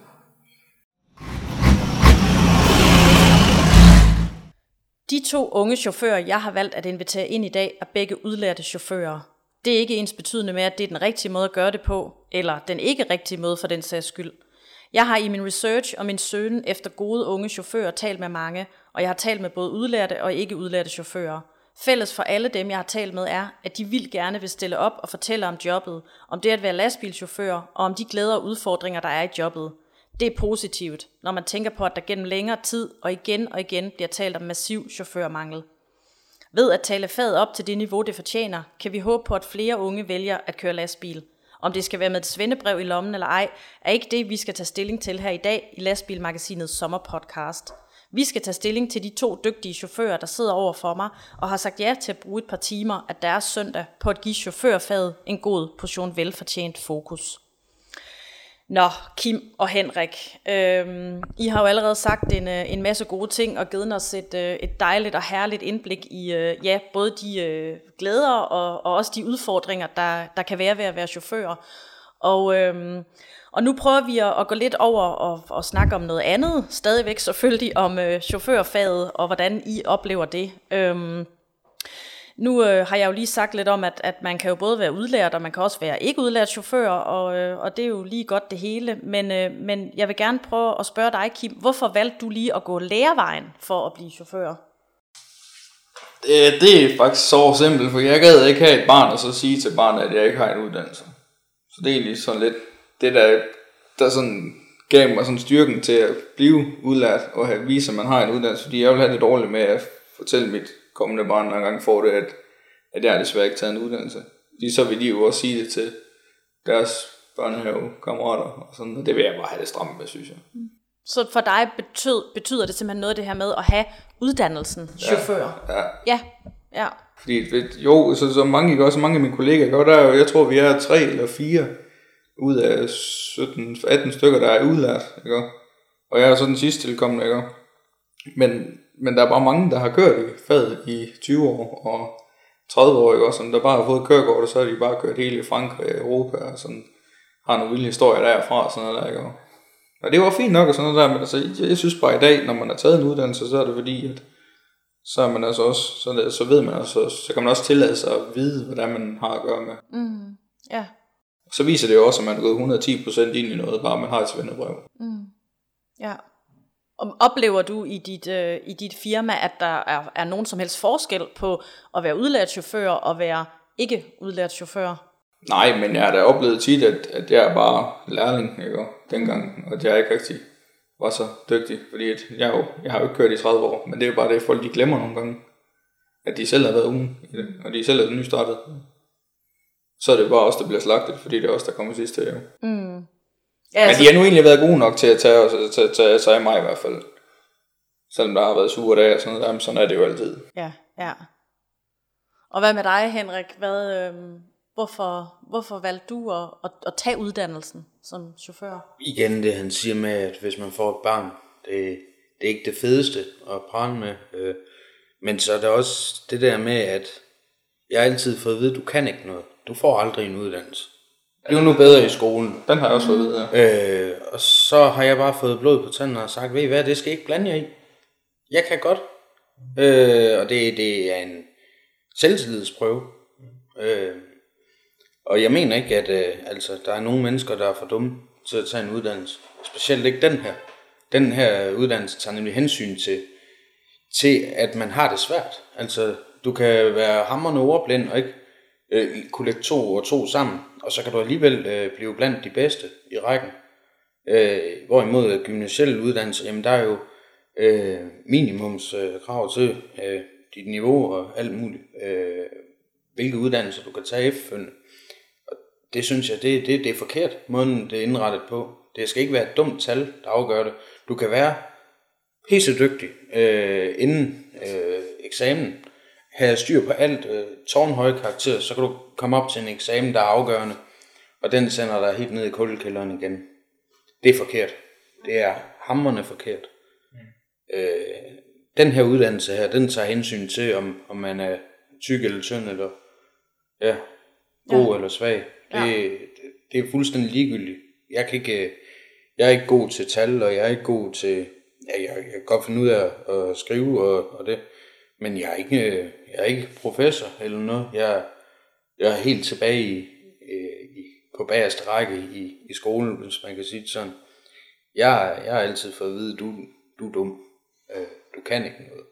De to unge chauffører, jeg har valgt at invitere ind i dag, er begge udlærte chauffører. Det er ikke ens betydende med, at det er den rigtige måde at gøre det på, eller den ikke rigtige måde for den sags skyld. Jeg har i min research og min søgen efter gode unge chauffører talt med mange, og jeg har talt med både udlærte og ikke udlærte chauffører. Fælles for alle dem, jeg har talt med, er, at de vildt gerne vil stille op og fortælle om jobbet, om det at være lastbilchauffør, og om de glæder og udfordringer, der er i jobbet. Det er positivt, når man tænker på, at der gennem længere tid og igen og igen bliver talt om massiv chaufførmangel. Ved at tale faget op til det niveau, det fortjener, kan vi håbe på, at flere unge vælger at køre lastbil. Om det skal være med et svendebrev i lommen eller ej, er ikke det, vi skal tage stilling til her i dag i Lastbilmagasinets sommerpodcast. Vi skal tage stilling til de to dygtige chauffører, der sidder over for mig, og har sagt ja til at bruge et par timer af deres søndag på at give chaufførfaget en god portion velfortjent fokus. Nå, Kim og Henrik, øhm, I har jo allerede sagt en, en masse gode ting og givet os et, et dejligt og herligt indblik i øh, ja, både de øh, glæder og, og også de udfordringer, der, der kan være ved at være chauffører. Og, øhm, og nu prøver vi at, at gå lidt over og, og snakke om noget andet, stadigvæk selvfølgelig om øh, chaufførfaget og hvordan I oplever det. Øhm, Nu øh, har jeg jo lige sagt lidt om, at, at man kan jo både være udlært, og man kan også være ikke udlært chauffør, og, øh, og det er jo lige godt det hele. Men, øh, men jeg vil gerne prøve at spørge dig, Kim, hvorfor valgte du lige at gå lærevejen for at blive chauffør? Det, det er faktisk så simpelt, for jeg gad ikke have et barn, og så sige til barnet, at jeg ikke har en uddannelse. Så det er egentlig sådan lidt det, der, der sådan gav mig sådan styrken til at blive udlært, og have vise, at man har en uddannelse, fordi jeg vil have det dårligt med at fortælle mit kommende barn, når en gang får det, at, at jeg har desværre ikke taget en uddannelse. Fordi så vil de jo også sige det til deres børnehavekammerater, og sådan, og det vil jeg bare have det stramt med, synes jeg. Så for dig betød, betyder det simpelthen noget af det her med at have uddannelsen chauffør? Ja. Ja, ja. Fordi, jo, så, så mange, ikke også, mange af mine kollegaer gør, der er jo, jeg tror, vi er tre eller fire ud af sytten atten stykker, der er udlært, ikke? Og jeg er så den sidste tilkommende, ikke? Men, men der er bare mange, der har kørt i faget i tyve år og tredive år, ikke? Som der bare har fået kørekort, og så har de bare kørt hele Frankrig og Europa, og sådan, har nogle vilde historier derfra, og sådan noget der, ikke? Og det var fint nok og sådan noget der, men altså, jeg, jeg synes bare i dag, når man har taget en uddannelse, så er det fordi, at så er man altså også, så, det, så ved man også, så kan man også tillade sig at vide, hvordan man har at gøre med. Mm. Ja. Så viser det jo også, at man er gået et hundrede og ti procent ind i noget, bare man har et svendebrev. Mm. Ja. Og oplever du i dit, øh, i dit firma, at der er, er nogen som helst forskel på at være udlært chauffør og være ikke udlært chauffør? Nej, men jeg har da oplevet tit, at, at jeg er bare lærling, ikke? Dengang, og at jeg ikke rigtig var så dygtig, fordi at jeg, jo, jeg har jo ikke kørt i tredive år, men det er jo bare det, folk de glemmer nogle gange, at de selv har været unge i det, og de selv er nystartet. Så er det bare os, der bliver slagtet, fordi det er os, der kommer sidst til. Ja. Mm. Ja, men de har nu egentlig været gode nok til at tage, os, tage, tage sig af mig i hvert fald. Selvom der har været sure dage og sådan noget, sådan er det jo altid. Ja, ja. Og hvad med dig, Henrik? Hvad, øh, hvorfor, hvorfor valgte du at, at, at tage uddannelsen som chauffør? Igen det han siger med, at hvis man får et barn, det, det er ikke det fedeste at prale med. Øh, men så er der også det der med, at jeg har altid fået at vide, at du kan ikke noget. Du får aldrig en uddannelse. Bliv nu bedre i skolen. Den har jeg også fået at vide, ja. Øh, og så har jeg bare fået blod på tanden og sagt, ved I hvad, det skal I ikke blande jer i. Jeg kan godt. Øh, og det, det er en selvtillidsprøve. Øh, og jeg mener ikke, at øh, altså, der er nogle mennesker, der er for dumme til at tage en uddannelse. Specielt ikke den her. Den her uddannelse tager nemlig hensyn til, til at man har det svært. Altså, du kan være hamrende ordblind og ikke øh, kunne lægge to og to sammen, og så kan du alligevel øh, blive blandt de bedste i rækken. Øh, hvorimod gymnasielle uddannelser, jamen der er jo øh, minimums øh, krav til øh, dit niveau og alt muligt. Øh, hvilke uddannelser du kan tage efterfølgende. Og det synes jeg, det, det, det er forkert, måden det er indrettet på. Det skal ikke være et dumt tal, der afgør det. Du kan være pissedygtig øh, inden øh, eksamen, have styr på alt, øh, tårnhøje karakter, så kan du komme op til en eksamen, der er afgørende, og den sender dig helt ned i kuldekælderen igen. Det er forkert. Det er hamrende forkert. Mm. Øh, den her uddannelse her, den tager hensyn til, om, om man er tyk eller tynd, eller ja, god ja. eller svag. Det, ja. det, det er fuldstændig ligegyldigt. Jeg, kan ikke, jeg er ikke god til tal, og jeg er ikke god til... Ja, jeg, jeg kan godt finde ud af at skrive og, og det, men jeg er ikke, jeg er ikke professor eller noget. Jeg, jeg er helt tilbage i, i, på bagerste række i, i skolen, hvis man kan sige det sådan. Jeg, jeg har altid fået at vide, du, du er dum. Du kan ikke noget.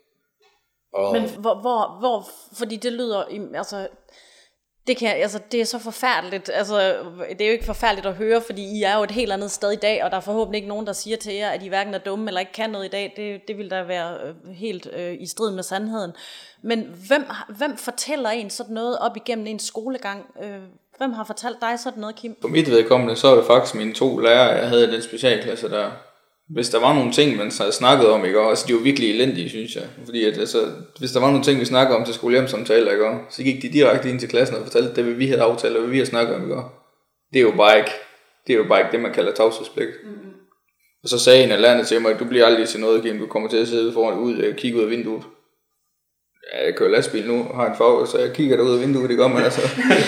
Og men hvor, hvor, hvor, fordi det lyder, altså, det, kan, altså, det er så forfærdeligt, altså, det er jo ikke forfærdeligt at høre, fordi I er jo et helt andet sted i dag, og der er forhåbentlig ikke nogen, der siger til jer, at I hverken er dumme eller ikke kan noget i dag. Det, det vil da være helt øh, i strid med sandheden. Men hvem, hvem fortæller en sådan noget op igennem en skolegang? Øh, hvem har fortalt dig sådan noget, Kim? På mit vedkommende, så er det faktisk mine to lærere, jeg havde i den specialklasse der. Hvis der var nogle ting, man havde snakket om, ikke? Altså, de var virkelig elendige, synes jeg. Fordi at, altså, hvis der var nogle ting, vi snakkede om til skolehjemsamtaler, ikke? Så gik de direkte ind til klassen og fortalte det, hvad vi havde aftalt, og hvad vi havde snakket om. Ikke? Det er jo bare ikke det, er jo bare ikke det man kalder tavshedspligt. Mm-hmm. Og så sagde en af lærerne til mig, at du bliver aldrig til noget igen, du kommer til at sidde foran ud og kigge ud af vinduet. Ja, jeg kører lastbil nu og har en farve, så jeg kigger derud af vinduet, det gør man altså.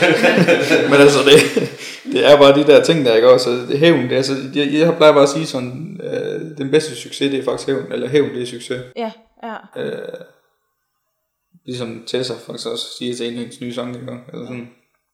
Men altså, det, det er bare de der ting, der ikke også. Det hævn, det er, altså, jeg, jeg plejer bare at sige sådan, øh, den bedste succes, det er faktisk hævn, eller hævn, det er succes. Ja, ja. Øh, ligesom Tessa faktisk også siger til en af hendes nye sange, ikke? Eller sådan.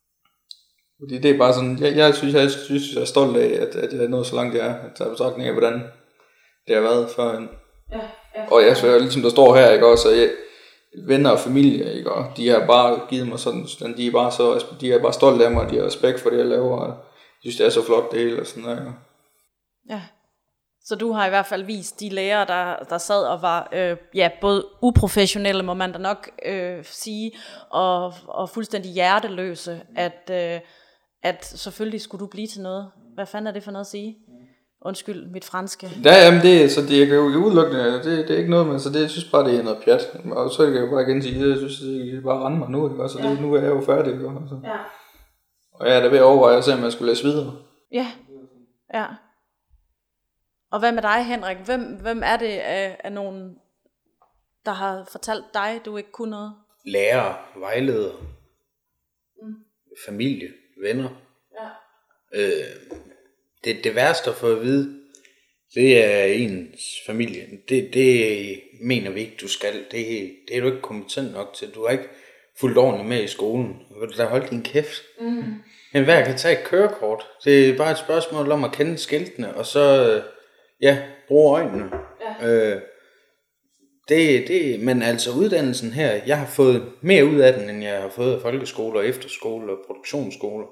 Fordi det er bare sådan, jeg, jeg, synes, jeg, synes, jeg er stolt af, at, at jeg er nået så langt, jeg er, at tage betragtning af, hvordan det har været før. Ja, ja. Og jeg synes, ligesom der står her, ikke også, jeg, venner og familie, ikke? Og de har bare givet mig sådan, de er bare så, de er bare stolte af mig, og de har respekt for det, jeg laver, og jeg synes, det er så flot det hele, og sådan noget. Ja, så du har i hvert fald vist de lærere, der, der sad og var, øh, ja, både uprofessionelle, må man da nok øh, sige, og, og fuldstændig hjerteløse, at, øh, at selvfølgelig skulle du blive til noget. Hvad fanden er det for noget at sige? Undskyld, mit franske. Ja, jamen det, så det, jeg kan jo udelukkende, det, det er ikke noget, men så det, jeg synes bare, det er noget pjat. Og så kan jeg jo bare igen sige, jeg synes, det er bare rende mig nu, ikke? Så det, ja. Nu er jeg jo færdig, ikke? Altså. Ja. Og jeg er da ved at overveje at se, om jeg skulle læse videre. Ja, ja. Og hvad med dig, Henrik? Hvem, hvem er det af, af nogen, der har fortalt dig, du ikke kunne noget? Lærere, vejledere, mm. familie, venner. Ja. Øh, det, det værste at få at vide, Det er ens familie. Det, det mener vi ikke, du skal. Det, det er du ikke kompetent nok til. Du har ikke fulgt ordentligt med i skolen. Vil du da holde din kæft? Mm. Men hver kan tage et kørekort. Det er bare et spørgsmål om at kende skiltene, og så ja, bruge øjnene. Ja. Øh, det, det, men altså uddannelsen her, jeg har fået mere ud af den, end jeg har fået af folkeskoler, efterskoler og produktionsskoler.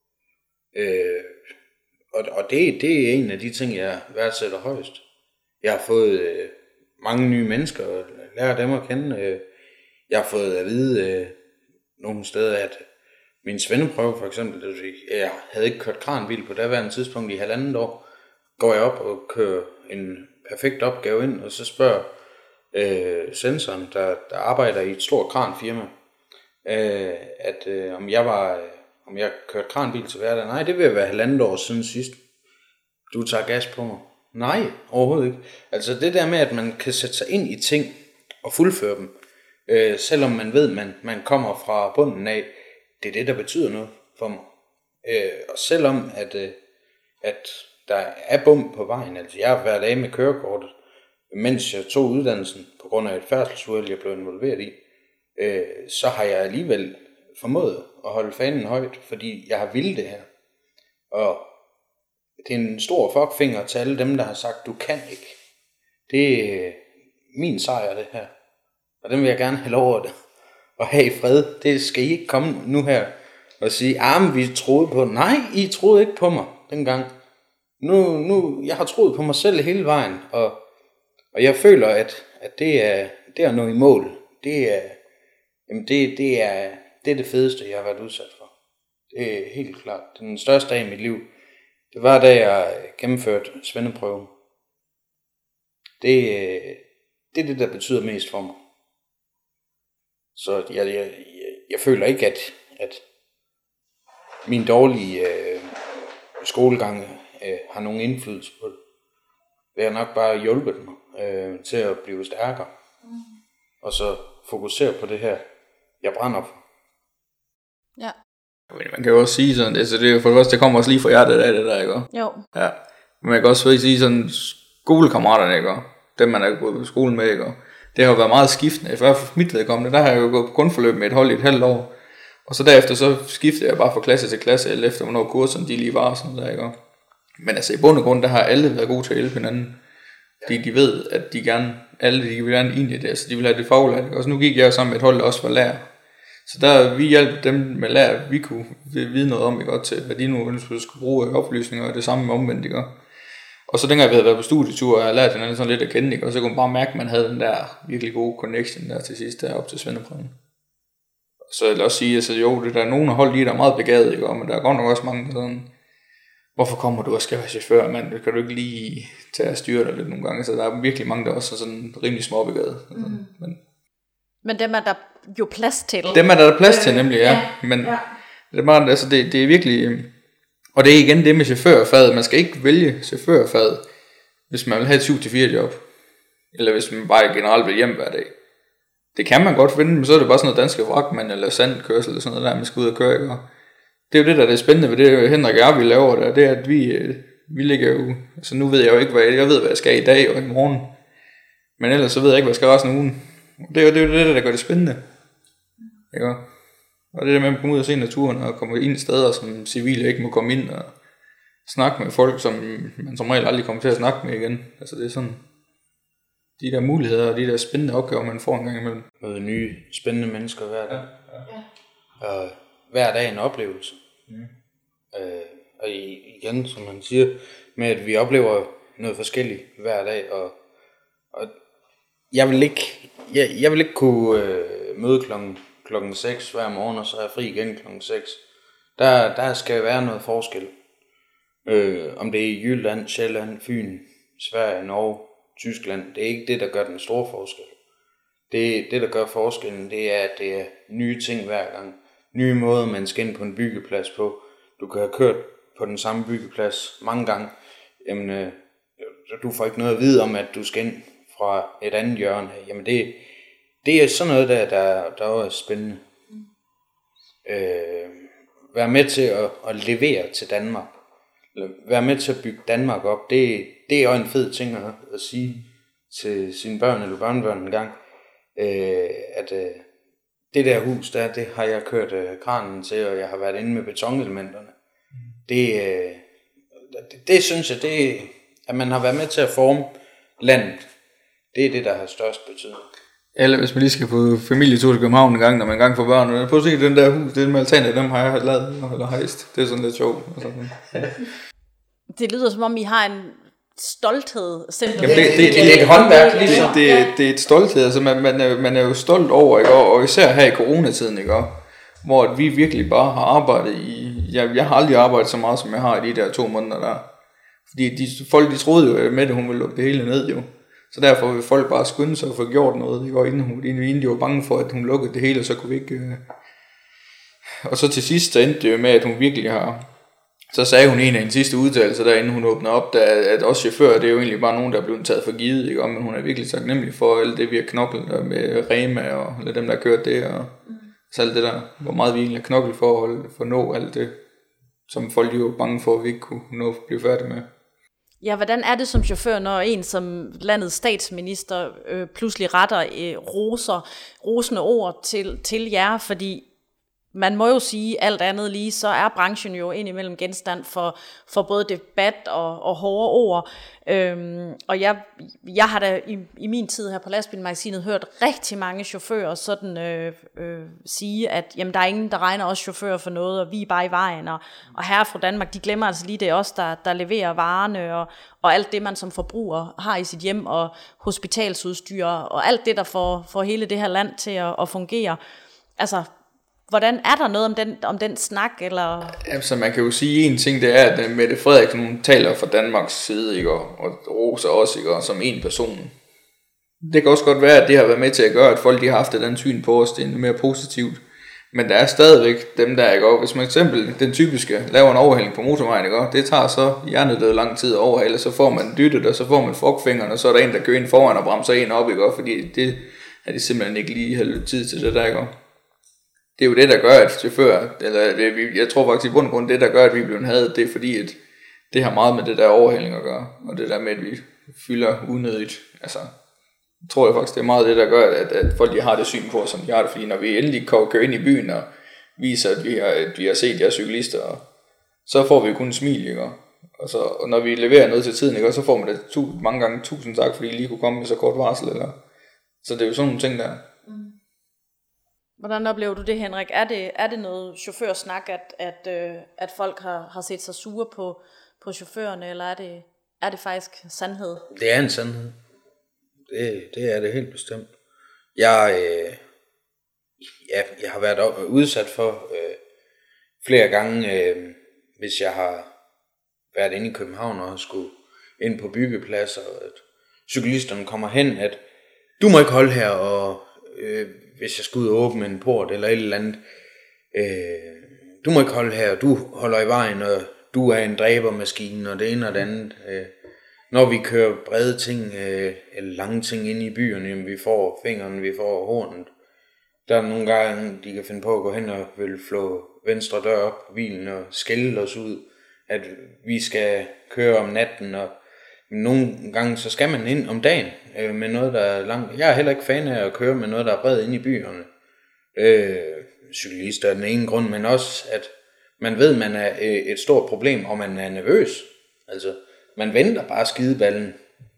Øh, og og det, det er en af de ting, jeg værdsætter højst. Jeg har fået øh, mange nye mennesker, og lærer dem at kende. Øh, jeg har fået at vide øh, nogle steder, at min svendeprøve for eksempel, det vil sige, jeg havde ikke kørt kranbil på daværende tidspunkt i halvandet år, går jeg op og kører en perfekt opgave ind, og så spørger øh, sensoren, der, der arbejder i et stort kranfirma, øh, at øh, om jeg var, øh, om jeg kørte kranbil til hverdag. Nej, det vil være halvandet år siden sidst. Du tager gas på mig. Nej, overhovedet ikke. Altså det der med, at man kan sætte sig ind i ting og fuldføre dem, øh, selvom man ved, man man kommer fra bunden af, det er det, der betyder noget for mig. Øh, og selvom at, øh, at der er bump på vejen, altså jeg har været af med kørekortet, mens jeg tog uddannelsen på grund af et færdselsuheld, jeg blev involveret i, øh, så har jeg alligevel formået at holde fanen højt, fordi jeg har ville det her. Og det er en stor fuckfinger til alle dem, der har sagt, du kan ikke. Det er min sejr, det her. Og den vil jeg gerne have lov at, at have i fred. Det skal I ikke komme nu her og sige, ah, men vi troede på. Nej, I troede ikke på mig dengang. Nu, nu, jeg har troet på mig selv hele vejen, og, og jeg føler, at, at det er, det er noget i mål. Det er, jamen det, det er, det er det fedeste, jeg har været udsat for. Det er helt klart. Den største dag i mit liv, det var da jeg gennemførte svendeprøven. Det, det er det, der betyder mest for mig. Så jeg, jeg, jeg, jeg føler ikke, at, at min dårlige øh, skolegang øh, har nogen indflydelse på det. Det har nok bare hjulpet mig øh, til at blive stærkere. Mm. Og så fokusere på det her, jeg brænder for. Ja. Man kan jo også sige sådan, altså det er for det første, det kommer også lige fra hjertet af det der, ikke? Jo. Ja. Men man kan også sige sådan, skolekammeraterne, ikke? Dem man er gået på skolen med, ikke? Det har jo været meget skiftende. For mit vedkommende, der har jeg jo gået på grundforløb med et hold i et halvt år. Og så derefter så skiftede jeg bare fra klasse til klasse, eller efter hvornår kurserne de lige var og sådan der, ikke? Men altså i bund og grund, der har alle været gode til at hjælpe hinanden. Fordi de ved, at de gerne, alle de vil gerne ind i det, altså de vil have det faglært. Og så nu gik jeg jo sammen med et hold, der også var lærer. Så der vi hjalp dem med lærer, vi kunne vide noget om, ikke? Til hvad de nu skulle bruge af oplysninger, og det samme med omvendt, ikke? Og så dengang vi havde været på studietur, og jeg lært hinanden sådan lidt at kende, ikke? Og så kunne man bare mærke, at man havde den der virkelig gode connection der til sidst, der op til svendeprøven. Så jeg vil også sige, altså jo, det der er nogen af hold lige, der er meget begavet, ikke? Men der er godt nok også mange, der sådan, hvorfor kommer du og skal være chauffør, mand? Det kan du ikke lige tage og styre dig lidt nogle gange. Så der er virkelig mange, der også er sådan rimelig småbegavet. Mm. Men, Men dem er der jo plads til. Dem er der plads til, nemlig, ja. ja. Men ja. Det, er bare, altså det, det er virkelig, og det er igen det med chaufførfaget. Man skal ikke vælge chaufførfaget, hvis man vil have et syv til fire job. Eller hvis man bare generelt vil hjem hver dag. Det kan man godt finde, men så er det bare sådan noget danske fragtmand eller sandkørsel eller sådan noget der, man skal ud og køre, ikke? Det er jo det, der er det spændende ved det, Henrik og jeg, vi laver der, det er, at vi, vi ligger jo, altså nu ved jeg jo ikke, hvad jeg, jeg ved, hvad jeg skal i dag og i morgen. Men ellers så ved jeg ikke, hvad jeg skal resten af ugen. Det er jo det, er jo det der gør det spændende. Ikke? Og det der med at komme ud og se naturen og komme ind i steder, som civile ikke må komme ind og snakke med folk, som man som regel aldrig kommer til at snakke med igen. Altså det er sådan, de der muligheder og de der spændende opgaver, man får en gang imellem. Møde nye, spændende mennesker hver dag. Ja, ja. Og hver dag en oplevelse. Mm. Øh, og igen, som man siger, med at vi oplever noget forskelligt hver dag. Og, og jeg vil ikke, jeg, jeg vil ikke kunne øh, møde klokken, klokken seks hver morgen, og så er jeg fri igen klokken seks. Der, der skal være noget forskel. Øh, om det er i Jylland, Sjælland, Fyn, Sverige, Norge, Tyskland, det er ikke det, der gør den store forskel. Det, det der gør forskellen, det er, at det er nye ting hver gang. Nye måder, man skal ind på en byggeplads på. Du kan have kørt på den samme byggeplads mange gange. Jamen, øh, du får ikke noget at vide om, at du skal ind fra et andet hjørne. Jamen, det, det er sådan noget, der, der, der er spændende. Øh, være med til at, at levere til Danmark. eller være med til at bygge Danmark op, det, det er jo en fed ting at, at sige til sine børn eller børnebørn en gang, øh, at øh, det der hus der, det har jeg kørt øh, kranen til, og jeg har været inde med betonelementerne. Det, øh, det, det synes jeg, det, at man har været med til at forme landet, det er det, der har størst betydning. Eller hvis man lige skal på familietur til København en gang, når man engang får børn. Prøv at se den der hus, det er med altaner, dem har jeg lavet, eller hejst. Det er sådan lidt sjovt. Det lyder som om I har en stolthed simpelthen. Jamen det, det, det, det er et håndværk ligesom. Det, det, det er et stolthed, altså man, man, er, man er jo stolt over, ikke? Og især her i coronatiden, ikke? Hvor vi virkelig bare har arbejdet i, jeg, jeg har aldrig arbejdet så meget, som jeg har i de der to måneder der. Fordi de, folk de troede jo, at Mette hun ville lukke det hele ned jo. Så derfor vil folk bare skynde sig og få gjort noget, ikke? Og inden, hun, inden de var bange for, at hun lukkede det hele, så kunne vi ikke... Øh... Og så til sidst så endte det jo med, at hun virkelig har... Så sagde hun en af de sidste udtalelser, der inden hun åbnede op, der, at også chauffører, det er jo egentlig bare nogen, der er blevet taget for givet, ikke? Men hun er virkelig taknemmelig for alt det, vi har knoklet med Rema og eller dem, der har kørt det, og mm. så alt det der, hvor meget vi egentlig har knoklet for at, holde, for at nå alt det, som folk jo var bange for, at vi ikke kunne nå at blive færdige med. Ja, hvordan er det som chauffør, når en som landets statsminister øh, pludselig retter øh, roser, rosende ord til, til jer, fordi man må jo sige alt andet lige, så er branchen jo indimellem genstand for, for både debat og, og hårde ord. Øhm, og jeg, jeg har da i, i min tid her på Lastbilmagasinet hørt rigtig mange chauffører sådan øh, øh, sige, at jamen, der er ingen, der regner os chauffører for noget, og vi er bare i vejen. Og, og her fra Danmark, de glemmer altså lige, det er os, der, der leverer varerne, og, og alt det, man som forbruger har i sit hjem, og hospitalsudstyr, og alt det, der får, får hele det her land til at, at fungere. Altså, hvordan er der noget om den, om den snak? Eller? Altså man kan jo sige en ting, det er, at Mette Frederiksen hun taler fra Danmarks side, ikke? Og, og roser også, ikke? Og som en person. Det kan også godt være, at det har været med til at gøre, at folk de har haft et andet syn på os, det er mere positivt. Men der er stadigvæk dem der, ikke? Og hvis man eksempel den typiske laver en overhældning på motorvejen, ikke? Det tager så hjernedød lang tid at overhale, så får man dyttet, og så får man frugtfingeren, og så er der en, der kører ind foran og bremser en op, ikke? Fordi det er de simpelthen ikke lige have tid til det der, ikke? Det er jo det, der gør, at chauffører, eller jeg tror faktisk i bund og grund, det der gør, at vi bliver hadet, det er fordi, at det har meget med det der overhældning at gøre, og det der med, at vi fylder unødigt. Altså, jeg tror jeg faktisk, det er meget det, der gør, at, at folk de har det syn på, som de har det, fordi når vi endelig kører ind i byen og viser, at vi har, at vi har set de her cyklister, og så får vi jo kun en smil, ikke? Og, så, og når vi leverer noget til tiden, ikke? Så får man det tu, mange gange tusind tak, fordi I lige kunne komme med så kort varsel, eller så det er jo sådan nogle ting der. Mm. Hvordan oplever du det, Henrik? Er det, er det noget chaufførsnak, at, at, øh, at folk har, har set sig sure på, på chaufførerne, eller er det, er det faktisk sandhed? Det er en sandhed. Det, det er det helt bestemt. Jeg, øh, ja, jeg har været udsat for øh, flere gange, øh, hvis jeg har været inde i København og skulle ind på byggepladser, at cyklisterne kommer hen, at du må ikke holde her, og øh, hvis jeg skal ud og åbne en port eller et eller andet, øh, du må ikke holde her, du holder i vejen, og du er en dræbermaskine, og det ene og det andet. Øh, når vi kører brede ting, øh, eller lange ting ind i byerne, jamen, vi får fingeren, vi får hornet. Der er nogle gange, de kan finde på at gå hen og vil flå venstre dør op på bilen og skælde os ud, at vi skal køre om natten, og nogle gange så skal man ind om dagen øh, med noget, der er langt. Jeg er heller ikke fan af at køre med noget, der er bredt ind i byerne. Øh, cyklister er den ene grund, men også, at man ved, man er øh, et stort problem, og man er nervøs. Altså, man venter bare skideballen.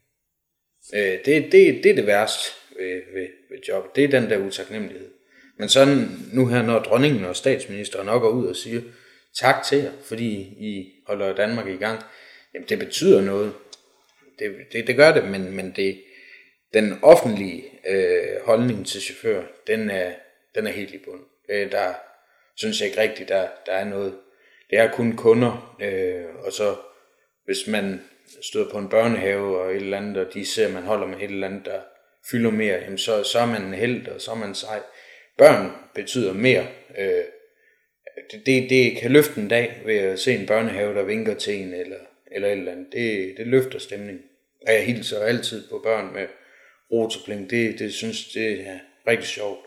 Øh, det, det, det er det værste ved, ved, ved jobbet. Det er den der utaknemmelighed. Men sådan nu her, når dronningen og statsministeren nok går ud og siger, tak til jer, fordi I holder Danmark i gang, jamen det betyder noget. Det, det, det gør det, men, men det, den offentlige øh, holdning til chauffør, den er, den er helt i bund. Øh, der synes jeg ikke rigtigt, der, der er noget. Det er kun kunder, øh, og så hvis man støder på en børnehave og et eller andet, og de ser, at man holder med et eller andet, der fylder mere, jamen så, så er man en helt, og så er man sej. Børn betyder mere. Øh, det, det, det kan løfte en dag ved at se en børnehave, der vinker til en, eller eller et eller andet. Det, det løfter stemningen. Og jeg hilser altid på børn med rotoplink. Det, det synes det er rigtig sjovt.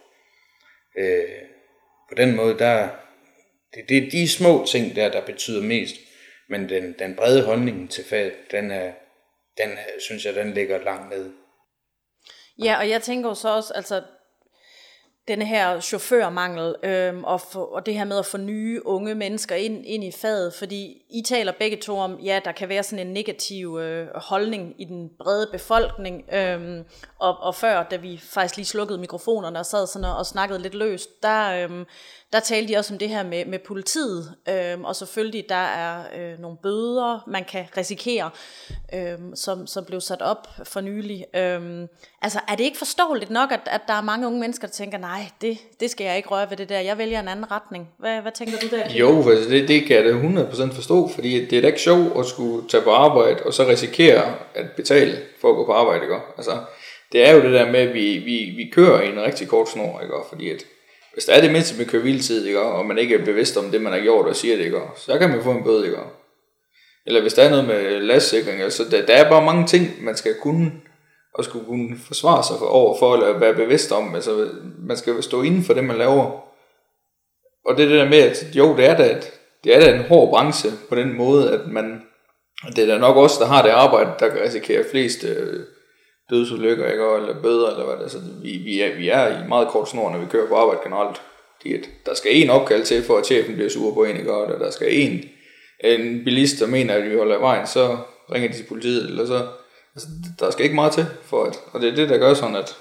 Øh, på den måde, der det, det er de små ting der, der betyder mest. Men den, den brede holdning til faget, den, er, den synes jeg, den ligger langt nede. Ja, og jeg tænker jo så også, altså denne her chaufførmangel, øhm, og, for, og det her med at få nye unge mennesker ind, ind i faget, fordi I taler begge to om, ja, der kan være sådan en negativ øh, holdning i den brede befolkning, øhm, og, og før, da vi faktisk lige slukkede mikrofonerne og sad sådan og, og snakkede lidt løst, der, øhm, der talte de også om det her med, med politiet, øhm, og selvfølgelig der er øh, nogle bøder, man kan risikere, øhm, som, som blev sat op for nylig. Øhm, altså er det ikke forståeligt nok, at, at der er mange unge mennesker, der tænker, nej, det, det skal jeg ikke røre ved det der, jeg vælger en anden retning. Hvad, hvad tænker du der? Jo, altså det, det kan jeg da hundrede procent forstå, fordi det er da ikke sjovt at skulle tage på arbejde, og så risikere at betale for at gå på arbejde, ikke? Altså, det er jo det der med, at vi, vi, vi kører i en rigtig kort snor, ikke? Fordi at hvis der er det mindste med køre hviletid, ikke? Og man ikke er bevidst om det, man har gjort og siger det, ikke? Så kan man få en bøde, ikke? Eller hvis der er noget med lastsikring, altså der, der er bare mange ting, man skal kunne og skulle kunne forsvare sig for, over for, eller være bevidst om. Altså, man skal stå inden for det, man laver. Og det er det der med, at jo, det er da, et, det er da en hård branche på den måde, at man, det er da nok også, der har det arbejde, der kan risikere flest øh, dødsulykker, ikke? Eller bøder, eller hvad det er. Så vi, vi, er, vi er i meget kort snor, når vi kører på arbejde generelt. Det, der skal en opkald til, for at chefen bliver sur på en, ikke? Og der skal en, en bilist, der mener, at vi holder i vejen, så ringer de til politiet, eller så. Altså, der skal ikke meget til for at, og det er det, der gør sådan, at,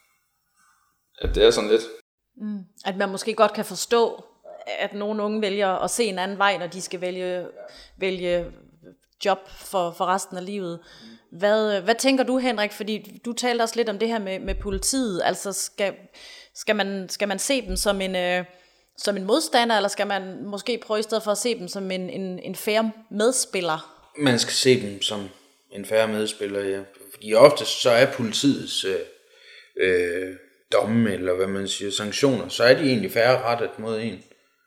at det er sådan lidt. Mm. At man måske godt kan forstå, at nogle unge vælger at se en anden vej, når de skal vælge, vælge job for, for resten af livet. Hvad, hvad tænker du, Henrik? Fordi du talte også lidt om det her med, med politiet. Altså skal, skal, man, skal man se dem som en, øh, som en modstander, eller skal man måske prøve i stedet for at se dem som en, en, en fair medspiller? Man skal se dem som en fair medspiller, ja. Fordi ofte så er politiets øh, øh, domme, eller hvad man siger, sanktioner, så er de egentlig fair rettet mod en.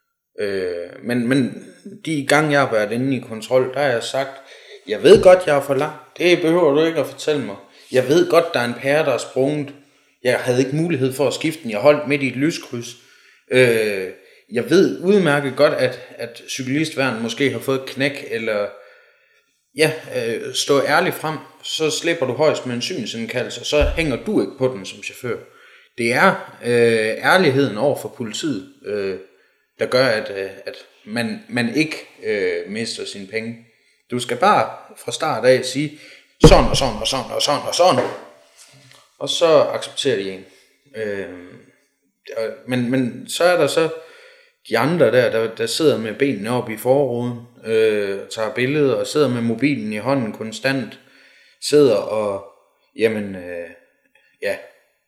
Øh, men, men de gange jeg har været inde i kontrol, der har jeg sagt, jeg ved godt, jeg er for langt. Det behøver du ikke at fortælle mig. Jeg ved godt, der er en pære, der er sprunget. Jeg havde ikke mulighed for at skifte den. Jeg holdt midt i et lyskryds. Øh, jeg ved udmærket godt, at, at cyklistværen måske har fået et knæk, eller ja, øh, stå ærligt frem, så slipper du højst med en synsindkaldelse, så hænger du ikke på den som chauffør. Det er øh, ærligheden over for politiet, øh, der gør, at, øh, at man, man ikke øh, mister sine penge. Du skal bare fra start af sige, sådan og sådan og sådan og sådan og sådan, og så accepterer de en. Øh, men, men så er der så de andre der, der, der sidder med benene op i forruden, øh, tager billeder og sidder med mobilen i hånden konstant, sidder og, jamen, øh, ja,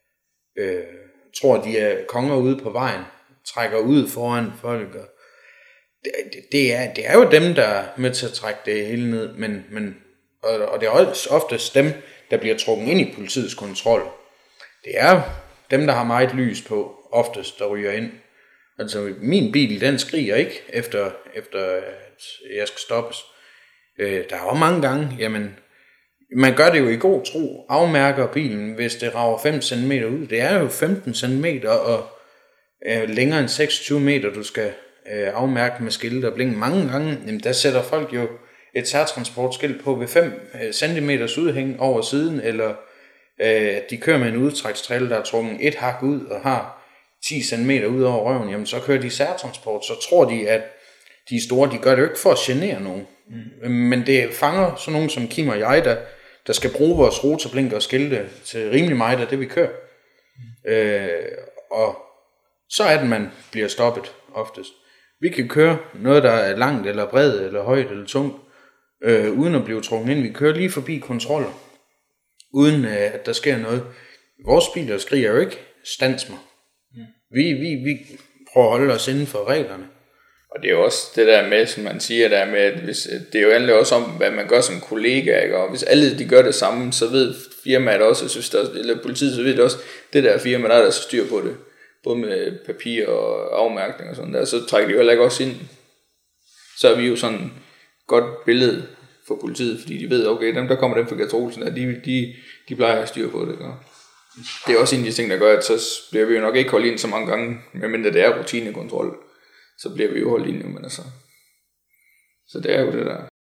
øh, tror de er konger ude på vejen, trækker ud foran folk. Og det, det, det, er, det er jo dem, der er med til at trække det hele ned, men, men, og, og det er også oftest dem, der bliver trukket ind i politiets kontrol. Det er dem, der har meget lys på, oftest, der ryger ind. Altså, min bil, den skriger ikke, efter, efter at jeg skal stoppes. Øh, der er jo mange gange, jamen, man gør det jo i god tro, afmærker bilen, hvis det rager fem centimeter ud. Det er jo femten centimeter, og øh, længere end seksogtyve meter, du skal øh, afmærke med skilte og blinke. Mange gange, jamen, der sætter folk jo et særtransportskilt på ved fem centimeters udhæng over siden, eller øh, de kører med en udtrækstrille, der er trukket et hak ud og har ti centimeter ud over røven, jamen så kører de særtransport, så tror de, at de store, de gør det jo ikke for at genere nogen. Mm. Men det fanger sådan nogen som Kim og jeg, der, der skal bruge vores rotorblink og skilte til rimelig meget af det, vi kører. Mm. Øh, og så er det, man bliver stoppet oftest. Vi kan køre noget, der er langt, eller bredt, eller højt, eller tungt, øh, uden at blive trukket ind. Vi kører lige forbi kontroller, uden øh, at der sker noget. Vores biler skriger jo ikke, stands mig. Mm. Vi, vi, vi prøver at holde os inden for reglerne. Og det er jo også det der med, som man siger, der med, at hvis, det er jo egentlig også om, hvad man gør som kollega, ikke? Og hvis alle de gør det samme, så ved firmaet også, synes der, eller politiet, så ved det også, det der firma, der er der så styr på det, både med papir og afmærkning og sådan der, så trækker de jo heller ikke også ind. Så er vi jo sådan et godt billede for politiet, fordi de ved, okay, dem der kommer dem fra Gert Olsen, der, de, de, de plejer at have styr på det, ikke? Det er også en af de ting, der gør, at så bliver vi jo nok ikke holdt ind så mange gange, medmindre det er rutinekontrol, så bliver vi jo holdt ind, men altså, så det er jo det der.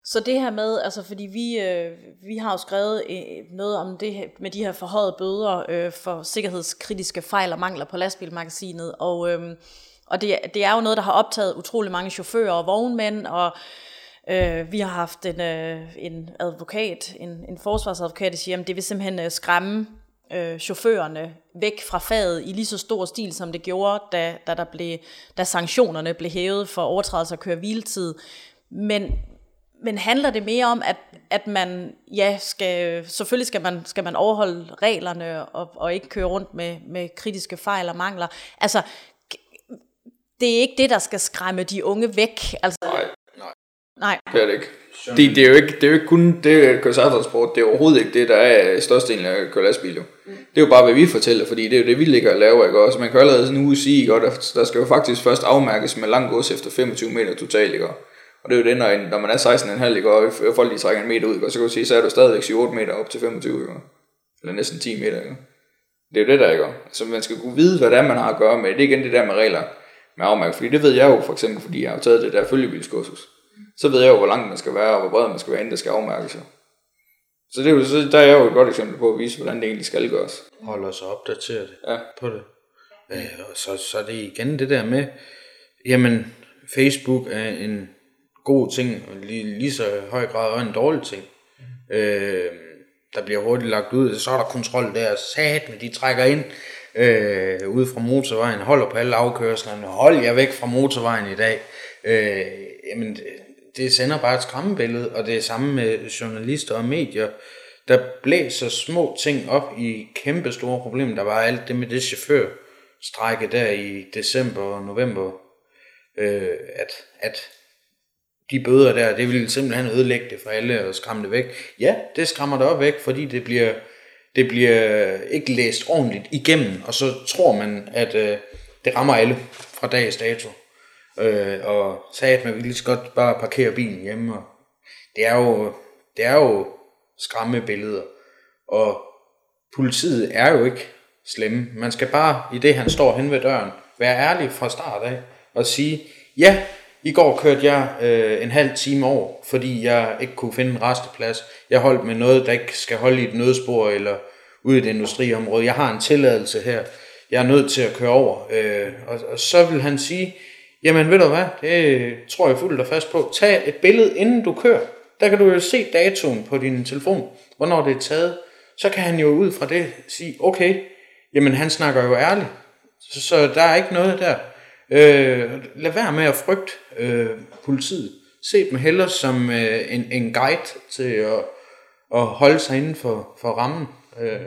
Så det her med, altså fordi vi, øh, vi har jo skrevet øh, noget om det her, med de her forhøjede bøder øh, for sikkerhedskritiske fejl og mangler på lastbilmagasinet, og, øh, og det, det er jo noget, der har optaget utrolig mange chauffører og vognmænd, og øh, vi har haft en, øh, en advokat, en, en forsvarsadvokat, der siger, at det vil simpelthen øh, skræmme øh, chaufførerne væk fra faget i lige så stor stil, som det gjorde, da, da, der blev, da sanktionerne blev hævet for overtrædelse af køre-hviletid. Men Men handler det mere om, at, at man, ja, skal, selvfølgelig skal man, skal man overholde reglerne og, og ikke køre rundt med, med kritiske fejl og mangler. Altså, det er ikke det, der skal skræmme de unge væk. Altså, nej, nej. Nej. Det er det ikke. Det, det, er jo ikke, det er jo ikke kun det at køre sejltransport, det er overhovedet ikke det, der er størstedelen af at køre lastbil. Jo. Mm. Det er jo bare, hvad vi fortæller, fordi det er jo det, vi ligger og laver. Ikke? Også man kan allerede sådan en uge sige, ikke? at der skal jo faktisk først afmærkes med lang gods efter femogtyve meter totalt. Ikke? Og det er jo det, når, når man er seksten komma fem, og folk de trækker en meter ud, ikke? Og så kan du sige, så er du stadigvæk syv otte meter op til femogtyve, ikke? Eller næsten ti meter. Ikke? Det er jo det, der ikke. Så man skal kunne vide, hvad det er, man har at gøre med. Det er igen det der med regler med afmærke, fordi det ved jeg jo for eksempel, fordi jeg har taget det der følgebilskursus. Så ved jeg jo, hvor langt man skal være, og hvor bred man skal være, inden det skal afmærkes. Så, det er jo, så der er jeg jo et godt eksempel på at vise, hvordan det egentlig skal gøres. Holder sig opdateret ja. på det. Øh, og så, så er det igen det der med, jamen Facebook er en god ting, og lige, lige så høj grad og en dårlig ting. Øh, der bliver hurtigt lagt ud, så er der kontrol der, satme, de trækker ind øh, ud fra motorvejen, holder på alle afkørslerne, hold jer væk fra motorvejen i dag. Øh, jamen, det, det sender bare et skræmmebillede, og det er samme med journalister og medier, der blæser små ting op i kæmpe store problemer. Der var alt det med det chaufførstrække der i december og november, øh, at, at de bøder der, det vil simpelthen ødelægge det for alle og skræmme det væk. Ja, det skræmmer det op væk, fordi det bliver, det bliver ikke læst ordentligt igennem, og så tror man, at øh, det rammer alle fra dags dato. Øh, og sagde, at man ville lige så godt bare parkere bilen hjemme. Og det er jo, det er jo skræmmebilleder. Og politiet er jo ikke slemme. Man skal bare, i det han står hen ved døren, være ærlig fra start af og sige, ja, i går kørte jeg øh, en halv time over, fordi jeg ikke kunne finde en resteplads. Jeg holdt med noget, der ikke skal holde i et nødspor eller ude i et industriområde. Jeg har en tilladelse her. Jeg er nødt til at køre over. Øh, og, og så vil han sige, jamen ved du hvad, det tror jeg fuldt og fast på. Tag et billede, inden du kører. Der kan du jo se datoen på din telefon, hvornår det er taget. Så kan han jo ud fra det sige, okay, jamen han snakker jo ærligt. Så, så der er ikke noget der. Øh, lad være med at frygte øh, politiet. Se dem hellere som øh, en, en guide til at, at holde sig inden for, for rammen. Øh.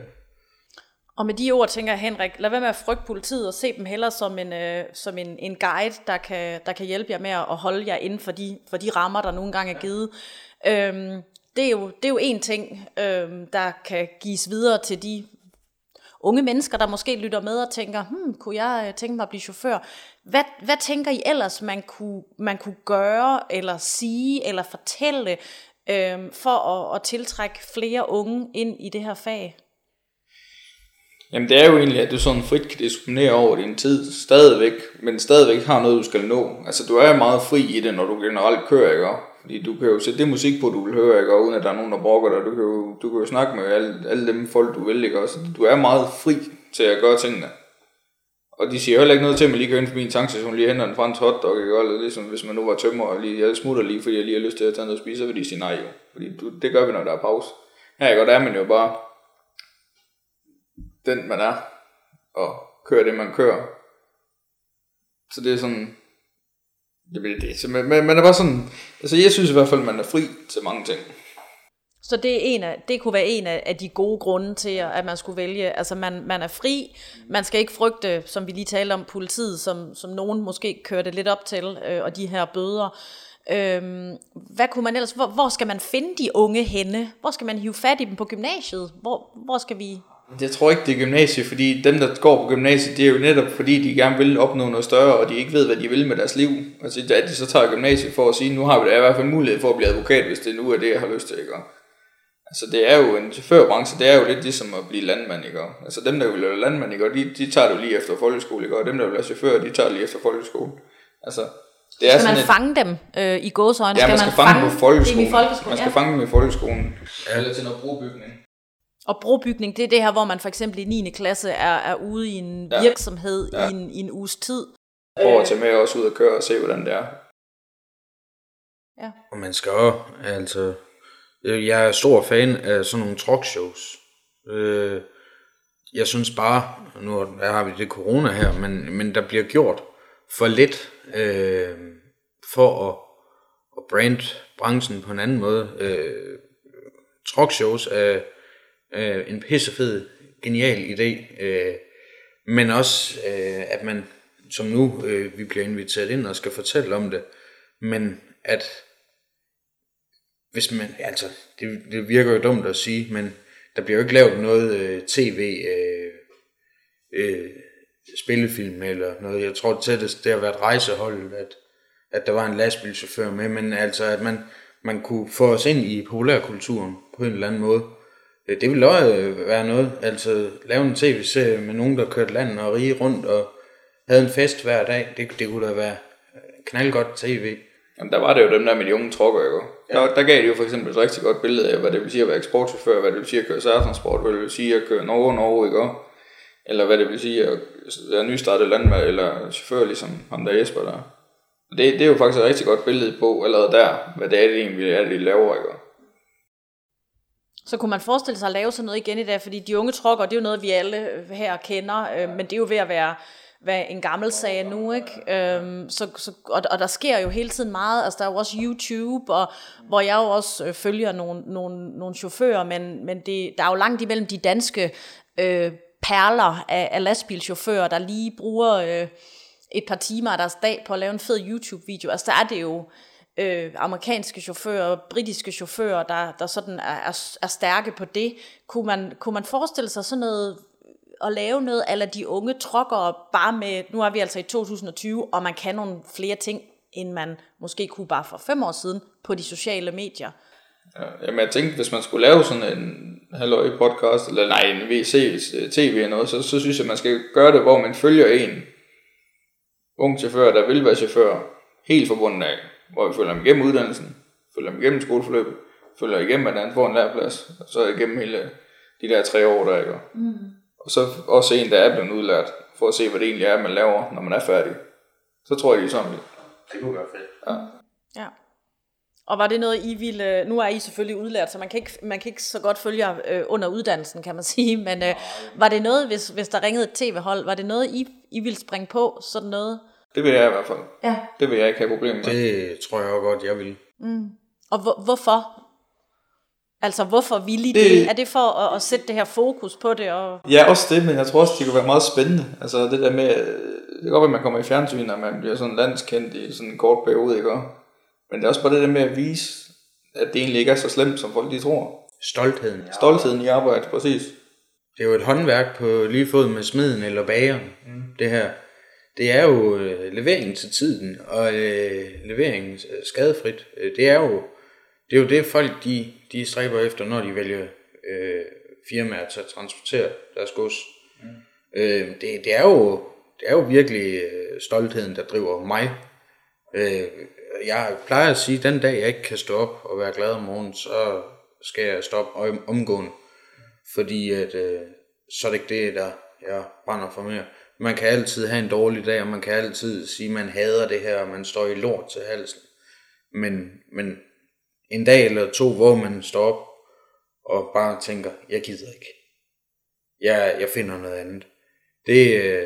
Og med de ord tænker jeg, Henrik, lad være med at frygte politiet og se dem hellere som en, øh, som en, en guide, der kan, der kan hjælpe jer med at holde jer inden for de, for de rammer, der nogle gange er givet. Øhm, det, er jo, det er jo en ting, øhm, der kan gives videre til de unge mennesker, der måske lytter med og tænker, hmm, kunne jeg tænke mig at blive chauffør? Hvad, hvad tænker I ellers, man kunne, man kunne gøre, eller sige, eller fortælle, øhm, for at, at tiltrække flere unge ind i det her fag? Jamen det er jo egentlig, at du sådan frit kan disponere over din tid stadigvæk, men stadigvæk har noget, du skal nå. Altså du er meget fri i det, når du generelt kører, ikke? Fordi du kan jo sætte det musik på, du vil høre, ikke? Og uden at der er nogen, der brokker dig. Du kan jo, du kan jo snakke med alle, alle dem folk, du vil, ikke? Også du er meget fri til at gøre tingene. Og de siger heller ikke noget til, at man lige kører ind forbi en tankstation, lige henter en fransk hotdog, ikke? Eller ligesom hvis man nu var tømmer, og lige, jeg smutter lige, fordi jeg lige har lyst til at tage noget at spise, så vil de sige nej, jo. Fordi du, det gør vi, når der er pause. Her, ikke? Og der er man jo bare den man er, og kører det man kører. Så det er sådan, det bliver det. Så man, man er bare sådan, altså jeg synes i hvert fald, man er fri til mange ting. Så det, er en af, det kunne være en af de gode grunde til, at man skulle vælge, altså man, man er fri, man skal ikke frygte, som vi lige talte om, politiet, som, som nogen måske kørte lidt op til, øh, og de her bøder. Øhm, hvad kunne man ellers, hvor, hvor skal man finde de unge henne? Hvor skal man hive fat i dem på gymnasiet? Hvor, hvor skal vi... Jeg tror ikke, det er gymnasiet, fordi dem, der går på gymnasiet, det er jo netop fordi, de gerne vil opnå noget større, og de ikke ved, hvad de vil med deres liv. Altså, at de så tager gymnasiet for at sige, nu har vi da i hvert fald mulighed for at blive advokat, hvis det nu er det, jeg har lyst til, ikke? Altså, det er jo en chaufførbranche, det er jo lidt ligesom at blive landmand, ikke? Altså, dem, der vil være landmand, ikke? De, de tager det jo lige efter folkeskole, ikke? Og dem, der vil være chauffør, de tager det lige efter folkeskole. Altså, Det er skal man fange dem øh, i gåseøjne? Ja, man skal, man fange, fange dem på folkeskolen. I folkeskolen. Man skal ja. fange dem i folkeskolen. Ja. Eller til noget brobygning. Og brobygning, det er det her, hvor man for eksempel i niende klasse er, er ude i en ja. virksomhed ja. i, en, i en uges tid. For at tage med os ud og køre og se, hvordan det er. Ja. Og man skal også, altså, jeg er stor fan af sådan nogle talkshows. Øh, jeg synes bare, nu har vi det corona her, men, men der bliver gjort for lidt øh, for at, at brande branchen på en anden måde. Øh, talkshows er øh, en pissefed, genial idé, øh, men også øh, at man, som nu øh, vi bliver inviteret ind og skal fortælle om det, men at hvis man, altså det, det virker jo dumt at sige, men der bliver jo ikke lavet noget øh, tv øh, øh, spillefilm eller noget. Jeg tror det tættest det har været rejseholdet, at, at der var en lastbilchauffør med, men altså at man, man kunne få os ind i populærkulturen på en eller anden måde. Det ville også være noget, altså lave en tv-serie med nogen, der kørte land og rige rundt og havde en fest hver dag. Det, det kunne da være knaldgodt tv. Jamen der var det jo dem der med de unge trucker, ikke? Ja. Der, der gav det jo for eksempel et rigtig godt billede af, hvad det vil sige at være eksportchauffør, hvad det vil sige at køre særtransport, hvad det vil sige at køre Norge Norge, ikke? Eller hvad det vil sige at være nystartet landmand eller chauffør, ligesom ham der Jesper der. Det, det er jo faktisk et rigtig godt billede på allerede der, hvad det er, det egentlig er, de laver, ikke? Så kunne man forestille sig at lave sådan noget igen i dag, fordi de unge trucker, det er jo noget, vi alle her kender, øh, men det er jo ved at være, være en gammel sag nu, ikke? Øhm, så, så, og, og der sker jo hele tiden meget, altså der er jo også YouTube, og, hvor jeg jo også øh, følger nogle, nogle, nogle chauffører, men, men det, der er jo langt imellem de danske øh, perler af, af lastbilchauffører, der lige bruger øh, et par timer af deres dag på at lave en fed YouTube-video. Altså der er det jo Øh, amerikanske chauffører, britiske chauffører, der, der sådan er, er, er stærke på det. Kunne man, kunne man forestille sig sådan noget, at lave noget ala de unge truckere, bare med, nu er vi altså i to tusind og tyve, og man kan nogle flere ting, end man måske kunne bare for fem år siden på de sociale medier. Ja, jamen jeg tænkte, hvis man skulle lave sådan en halvøje podcast, eller nej, en V C, tv eller noget, så, så synes jeg, man skal gøre det, hvor man følger en ung chauffør, der vil være chauffør, helt forbundet af, hvor vi følger dem igennem uddannelsen, følger dem igennem skoleforløbet, følger igennem, at han får en læreplads, og så igennem hele de der tre år, der ikke. Mm. Og så også en, der er blevet udlært, for at se, hvad det egentlig er, man laver, når man er færdig. Så tror jeg, det er sådan lidt. Det kunne være fedt. Ja. Ja. Og var det noget, I ville, nu er I selvfølgelig udlært, så man kan ikke, man kan ikke så godt følge øh, under uddannelsen, kan man sige, men øh, var det noget, hvis, hvis der ringede et tv-hold, var det noget, I, I ville springe på, sådan noget? Det vil jeg i hvert fald. Ja. Det vil jeg ikke have problemer med. Det tror jeg også godt, jeg vil. Mm. Og hvor, hvorfor? Altså, hvorfor vil I det? det? Er det for at, at sætte det her fokus på det? Og... Ja, også det, men jeg tror også, det kunne være meget spændende. Altså, det der med, det kan godt være, at man kommer i fjernsyn, og man bliver sådan landskendt i sådan en kort periode, ikke? Men det er også bare det der med at vise, at det egentlig ikke er så slemt, som folk de tror. Stoltheden. Stoltheden i arbejdet, præcis. Det er jo et håndværk på lige fod med smeden eller bageren, mm. det her. Det er jo øh, leveringen til tiden, og øh, leveringen øh, skadefrit. Det er jo det, er jo det folk de, de stræber efter, når de vælger øh, firmaer til at transportere deres gods. Mm. Øh, det, det, er jo, det er jo virkelig øh, stoltheden, der driver mig. Øh, jeg plejer at sige, at den dag jeg ikke kan stå op og være glad om morgenen, så skal jeg stoppe omgående. Fordi at, øh, så er det ikke det, der jeg brænder for mere. Man kan altid have en dårlig dag, og man kan altid sige, at man hader det her, og man står i lort til halsen. Men, men en dag eller to, hvor man står op og bare tænker, jeg gider ikke. Jeg, jeg finder noget andet. Det, øh,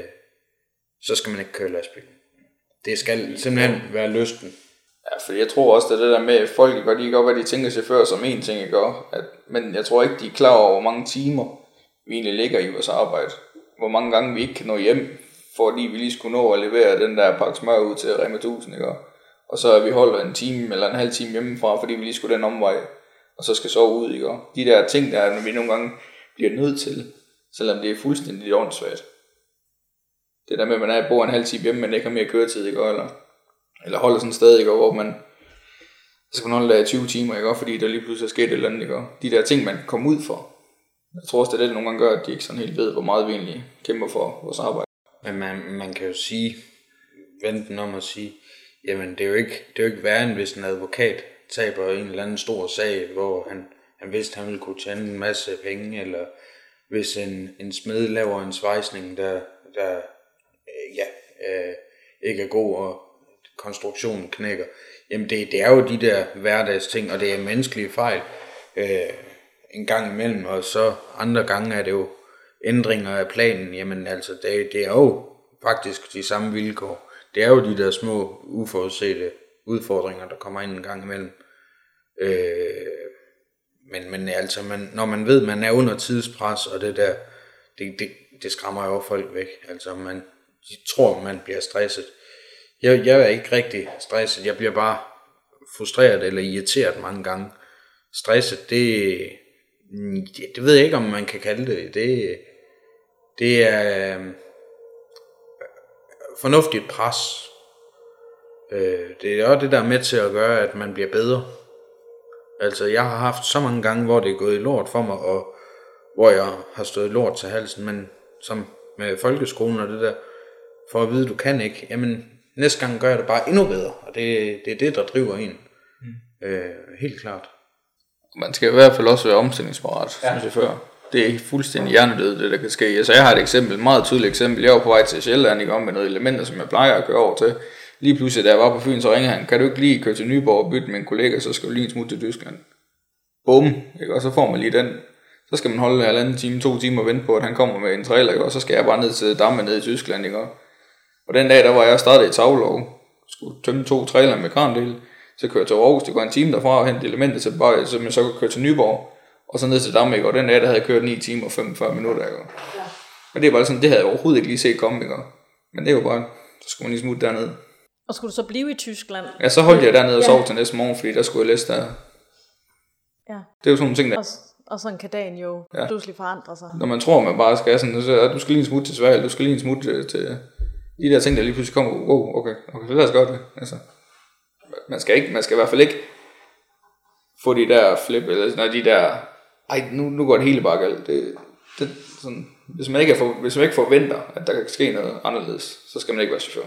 så skal man ikke køre lastbil. Det skal simpelthen være lysten. Ja, for jeg tror også, det er det der med, at folk gør, de kan godt, hvad de tænker chauffør som en ting, ikke? At, men jeg tror ikke, de er klar over, hvor mange timer vi egentlig ligger i vores arbejde. Hvor mange gange vi ikke kan nå hjem, fordi vi lige skulle nå at levere den der pakke smør ud til Rema tusind, ikke? Og så er vi holdt en time eller en halv time hjemmefra, fordi vi lige skulle den omvej, og så skal sove ud, ikke? De der ting, der når vi nogle gange bliver nødt til, selvom det er fuldstændig åndssvagt. Det der med, at man er bor en halv time hjemme, men ikke har mere køretid, ikke? Eller, eller holder sådan et sted, ikke? Hvor man så skal man holde der i tyve timer, ikke? Fordi der lige pludselig er sket et eller andet, ikke? De der ting, man kommer ud for. Jeg tror også, det er det, der nogle gange gør, at de ikke sådan helt ved, hvor meget vi egentlig kæmper for vores arbejde. Men man, man kan jo sige, vente den om at sige, Jamen, det er jo ikke, det er jo ikke værre, end hvis en advokat taber en eller anden stor sag, hvor han, han vidste, han ville kunne tjene en masse penge, eller hvis en, en smed laver en svejsning, der, der øh, ja, øh, ikke er god, og konstruktionen knækker. Jamen, det, det er jo de der hverdagsting, og det er menneskelige fejl øh, en gang imellem, og så andre gange er det jo ændringer af planen. Jamen, altså, det, det er jo faktisk de samme vilkår. Det er jo de der små, uforudsete udfordringer, der kommer ind en gang imellem. Øh, men, men altså, man, når man ved, man er under tidspres, og det der, det, det, det skræmmer jo folk væk. Altså, man de tror, man bliver stresset. Jeg, jeg er ikke rigtig stresset, jeg bliver bare frustreret eller irriteret mange gange. Stresset, det, det ved jeg ikke, om man kan kalde det. Det, det er fornuftigt pres. Det er også det, der er med til at gøre, at man bliver bedre. Altså, jeg har haft så mange gange, hvor det er gået i lort for mig, og hvor jeg har stået lort til halsen, men som med folkeskolen og det der, for at vide, du kan ikke, jamen, næste gang gør jeg det bare endnu bedre, og det, det er det, der driver en. Mm. Øh, helt klart. Man skal i hvert fald også være omstillingsparat, ja. Som jeg før. Det er fuldstændig hjernedødt, det der kan ske. Altså, jeg har et eksempel, et meget tydeligt eksempel. Jeg var på vej til Sjælland, ikke, om med noget elementer, som jeg plejer at køre over til. Lige pludselig, da jeg var på Fyn, så ringede han, kan du ikke lige køre til Nyborg og bytte med en kollega, så skal du lige en smut til Tyskland. Bum, ikke? Og så får man lige den. Så skal man holde en halvanden time, to timer og vente på, at han kommer med en trailer, ikke? Og så skal jeg bare ned til Damme ned i Tyskland, ikke? Og den dag, der var jeg startet i Tavlov, skulle tømme to trailer med krandel, så kørte jeg til Aarhus, det går en time derfra og hente elementer til bare, så man så kan køre til Nyborg, og så ned til Damme, ikke? Og den dag, der havde jeg kørt ni timer og femogfyrre minutter, ikke? Ja. Og det var sådan, det havde jeg overhovedet ikke lige set komme, ikke? Men det var bare, så skulle man lige smutte derned. Og skulle du så blive i Tyskland? Ja, så holdt jeg dernede og sov ja. til næste morgen, fordi der skulle jeg læse der. Ja. Det er jo sådan nogle ting, der... Og, og sådan kan dagen jo ja. pludselig forandre sig. Når man tror, man bare skal sådan, så at du skal lige en smut til Sverige, du skal lige en smut til de der ting, der lige pludselig kommer. Wow, okay, okay, så lad os gøre det. Altså, man skal ikke, man skal i hvert fald ikke få de der flip, eller når de der, ej, nu, nu går det hele bare galt. Det, det, sådan, hvis, man ikke er for, hvis man ikke forventer, at der kan ske noget anderledes, så skal man ikke være chauffør.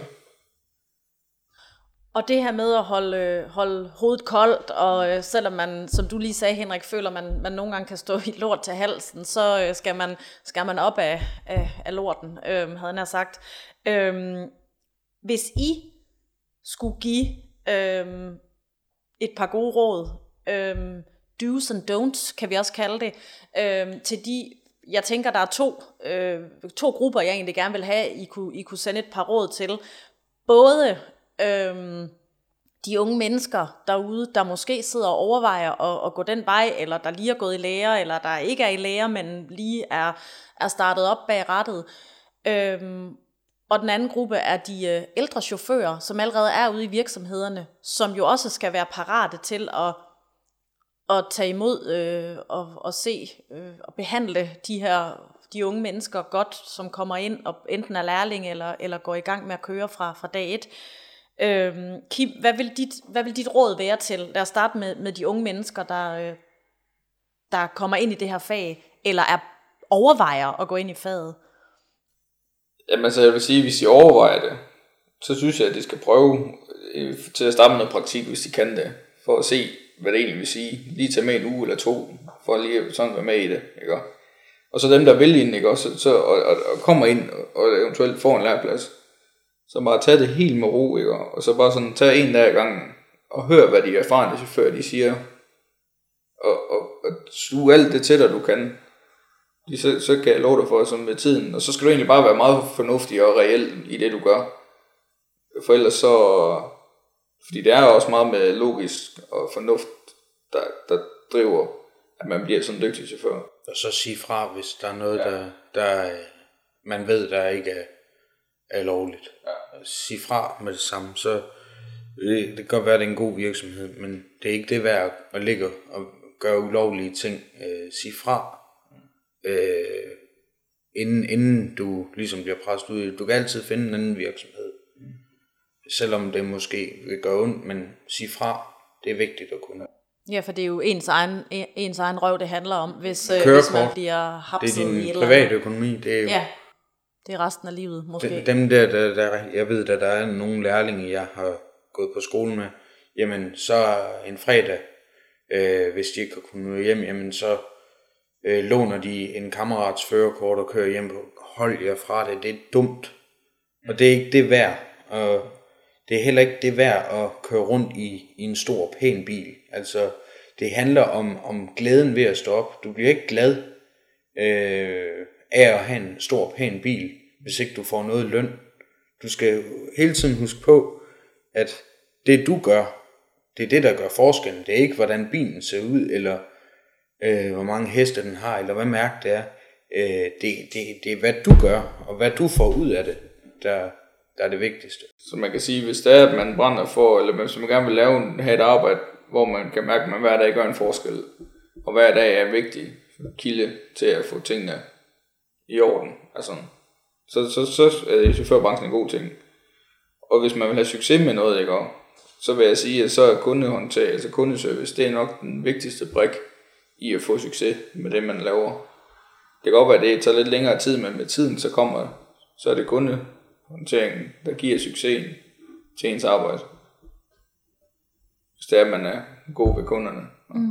Og det her med at holde, holde hovedet koldt, og øh, selvom man, som du lige sagde, Henrik, føler, man, man nogle gange kan stå i lort til halsen, så øh, skal, man, skal man op af, af, af lorten, øh, havde jeg sagt. Øh, hvis I skulle give øh, et par gode råd, øh, do's and don'ts, kan vi også kalde det, øh, til de, jeg tænker, der er to, øh, to grupper, jeg egentlig gerne vil have, I kunne, I kunne sende et par råd til. Både Øhm, de unge mennesker derude, der måske sidder og overvejer at, at gå den vej, eller der lige er gået i lære, eller der ikke er i lære, men lige er, er startet op bag rattet. Øhm, og den anden gruppe er de øh, ældre chauffører, som allerede er ude i virksomhederne, som jo også skal være parate til at, at tage imod øh, og, og se øh, og behandle de her de unge mennesker godt, som kommer ind og enten er lærling eller, eller går i gang med at køre fra, fra dag et. Øhm, Kim, hvad vil, dit, hvad vil dit råd være til? Lad os starte med, med de unge mennesker, der, øh, der kommer ind i det her fag, eller er overvejer at gå ind i faget. Jamen altså, jeg vil sige, hvis de overvejer det, så synes jeg, at de skal prøve øh, til at starte med noget praktik, hvis de kan det, for at se, hvad det egentlig vil sige. Lige tage med en uge eller to, for lige at sådan være med i det, ikke? Og så dem, der vil ind, ikke? Også, så, og, og, og kommer ind og eventuelt får en læreplads, så bare tage det helt med ro, ikke? Og så bare sådan tage en dag i gangen og høre, hvad de erfarne chauffører de siger, og, og, og suge alt det til dig, du kan. Så, så kan jeg love dig for, som med tiden, og så skal du egentlig bare være meget fornuftig og reel i det, du gør. For ellers så, fordi det er også meget med logisk og fornuft, der, der driver, at man bliver sådan en dygtig chauffør. Og så sige fra, hvis der er noget, ja. der, der man ved, der ikke er, er lovligt. Ja. Sige fra med det samme, så det, det kan godt være, at det er en god virksomhed, men det er ikke det værd at ligge og gøre ulovlige ting. Øh, sige fra, øh, inden, inden du ligesom bliver presset ud. Du kan altid finde en anden virksomhed, mm. selvom det måske vil gøre ondt, men sige fra, det er vigtigt at kunne. Ja, for det er jo ens egen, ens egen røv, det handler om, hvis, øh, hvis man bliver hapset i et eller andet. Det er din private økonomi. Det er jo, ja, det er resten af livet måske. Dem der, der, der jeg ved, at der er nogle lærlinge, jeg har gået på skole med, jamen så en fredag, øh, hvis de ikke har kunnet nå hjem, jamen så øh, låner de en kammerats førerkort og kører hjem på. Hold jer fra det, det er dumt. Og det er ikke det værd. Og det er heller ikke det værd at køre rundt i, i en stor, pæn bil. Altså, det handler om, om glæden ved at stå op. Du bliver ikke glad øh, af at have en stor, pæn bil, hvis ikke du får noget løn. Du skal hele tiden huske på, at det du gør, det er det, der gør forskellen. Det er ikke, hvordan bilen ser ud, eller øh, hvor mange heste den har, eller hvad mærke det er. Øh, det, det, det er, hvad du gør, og hvad du får ud af det, der, der er det vigtigste. Så man kan sige, hvis det er, at man brænder for, eller hvis man gerne vil lave, have et arbejde, hvor man kan mærke, at man hver dag gør en forskel, og hver dag er en vigtig kilde til at få tingene i orden, altså, så, så, så er chaufførbranchen en god ting. Og hvis man vil have succes med noget, ikke, så vil jeg sige, at så er kundehåndtag, altså kundeservice, det er nok den vigtigste brik i at få succes med det, man laver. Det kan godt være, at det tager lidt længere tid, men med tiden så kommer, så er det kundehåndteringen, der giver succesen til ens arbejde. Hvis det er, at man er god ved kunderne. Mm.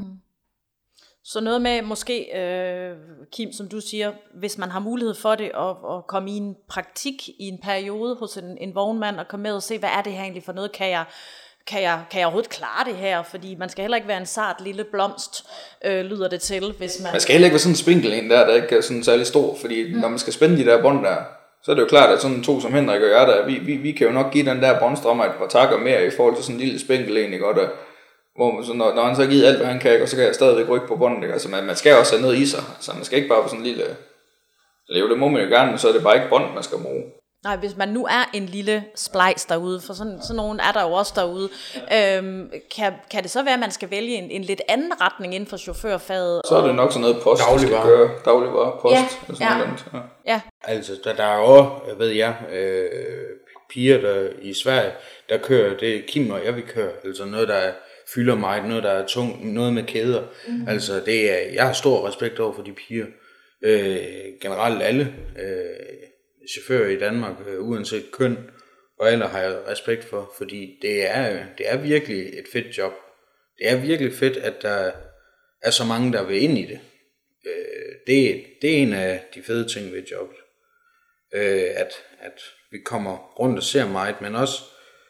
Så noget med måske, øh, Kim, som du siger, hvis man har mulighed for det, at, at komme i en praktik i en periode hos en, en vognmand, og komme med og se, hvad er det her egentlig for noget, kan jeg, kan jeg, kan jeg overhovedet klare det her? Fordi man skal heller ikke være en sart lille blomst, øh, lyder det til. Hvis man... man skal heller ikke være sådan en spinkel en der, der ikke er sådan særlig stor, fordi mm. når man skal spænde de der bånd der, så er det jo klart, at sådan to som Henrik og jeg der, vi, vi, vi kan jo nok give den der båndstrammer et par takker mere i forhold til sådan en lille spinkel en, ikke? Og der, hvor man så, når, når han så har givet alt, hvad han kan, og så kan jeg stadigvæk rykke på båndet, ikke? Altså man, man skal også have noget i sig, altså man skal ikke bare på sådan en lille, eller jo det må man jo gerne, men så er det bare ikke bånd, man skal bruge. Nej, hvis man nu er en lille splice derude, for sådan, sådan nogen er der jo også derude, øhm, kan, kan det så være, at man skal vælge en, en lidt anden retning inden for chaufførfaget? Så er det nok sådan noget post, dagligvarer. Der skal køre dagligvarer, post, ja, eller sådan ja. noget. Ja. Ja. Altså, der, der er jo, ved jeg, øh, piger der i Sverige, der kører, det er Kim og jeg vil køre, altså noget, der fylder mig, noget, der er tungt, noget med kæder. Mm. Altså, det er, jeg har stor respekt over for de piger. Øh, generelt alle øh, chauffører i Danmark, øh, uanset køn og alder, har jeg respekt for, fordi det er, det er virkelig et fedt job. Det er virkelig fedt, at der er så mange, der vil ind i det. Øh, det, det er en af de fede ting ved jobbet. Øh, at, at vi kommer rundt og ser meget, men også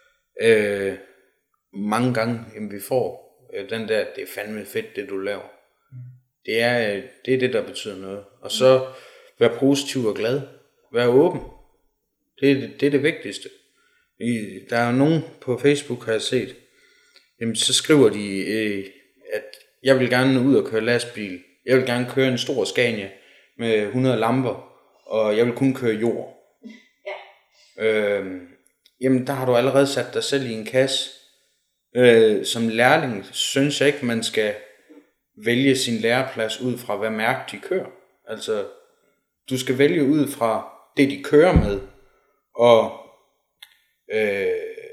øh, mange gange, jamen, vi får øh, den der, det er fandme fedt, det du laver. Mm. Det, er, det er det, der betyder noget. Og så være positiv og glad. Være åben. Det er det, det, er det vigtigste. I, der er jo nogen på Facebook, har jeg set, jamen, så skriver de, øh, at jeg vil gerne ud og køre lastbil. Jeg vil gerne køre en stor Scania med hundrede lamper, og jeg vil kun køre jord. Ja. Øh, jamen, der har du allerede sat dig selv i en kasse. Øh, som lærling synes jeg ikke, man skal vælge sin læreplads ud fra, hvad mærke de kører. Altså, du skal vælge ud fra det, de kører med, og øh,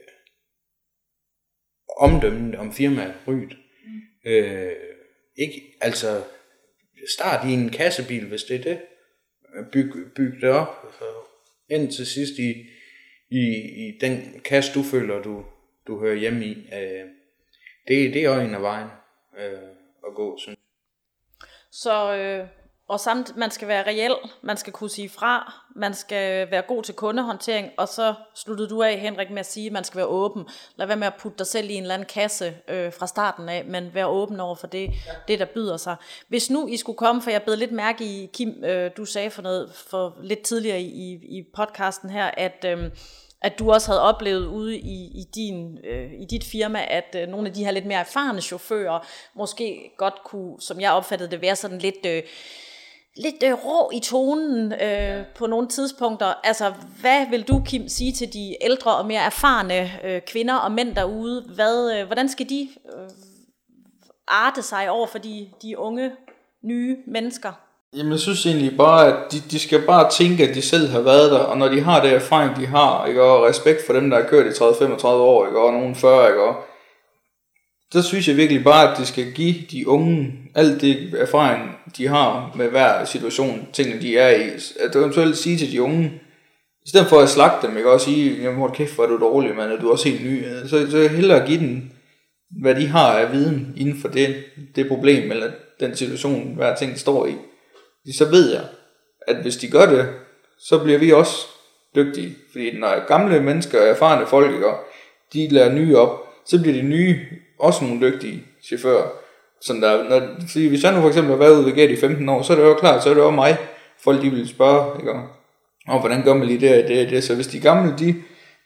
omdømme om firmaet rygt. Mm. Øh, ikke, altså, start i en kassebil, hvis det er det. Byg, byg det op, ind til sidst i, i, i den kasse, du føler, du du hører hjemme i. Øh, det, det er også en af vejen øh, at gå, synes jeg. Så, øh, og samt, man skal være reel, man skal kunne sige fra, man skal være god til kundehåndtering, og så sluttede du af, Henrik, med at sige, at man skal være åben. Lad være med at putte dig selv i en eller anden kasse øh, fra starten af, men være åben over for det, ja. det, der byder sig. Hvis nu I skulle komme, for jeg bed lidt mærke i, Kim, øh, du sagde for noget for lidt tidligere i, i podcasten her, at øh, at du også havde oplevet ude i, i, din, øh, i dit firma, at øh, nogle af de her lidt mere erfarne chauffører måske godt kunne, som jeg opfattede det, være sådan lidt, øh, lidt øh, rå i tonen øh, ja. på nogle tidspunkter. Altså, hvad vil du, Kim, sige til de ældre og mere erfarne øh, kvinder og mænd derude? Hvad, øh, hvordan skal de øh, arte sig over for de, de unge, nye mennesker? Jamen jeg synes egentlig bare, at de, de skal bare tænke, at de selv har været der, og når de har det erfaring, de har, ikke, og respekt for dem, der har kørt i tredive til femogtredive år, ikke, og nogen fyrre, ikke, og så synes jeg virkelig bare, at de skal give de unge alt det erfaring, de har med hver situation, tingene de er i. At eventuelt sige til de unge, I stedet for at slagte dem, ikke også sige, jamen hold kæft, hvor er du dårlig, mand, og du er også helt ny. Så, så hellere give dem, hvad de har af viden inden for det, det problem, eller den situation, hver ting står i. Så ved jeg, at hvis de gør det, så bliver vi også dygtige. Fordi når gamle mennesker og erfarne folk, ikke, de lærer nye op, så bliver de nye også nogle dygtige chauffører. Sådan der, når, fordi hvis jeg nu for eksempel har været ude ved Gæt i femten år, så er det jo klart, så er det jo mig, folk de vil spørge, ikke? Og hvordan gør man lige det og det og det. Så hvis de gamle, de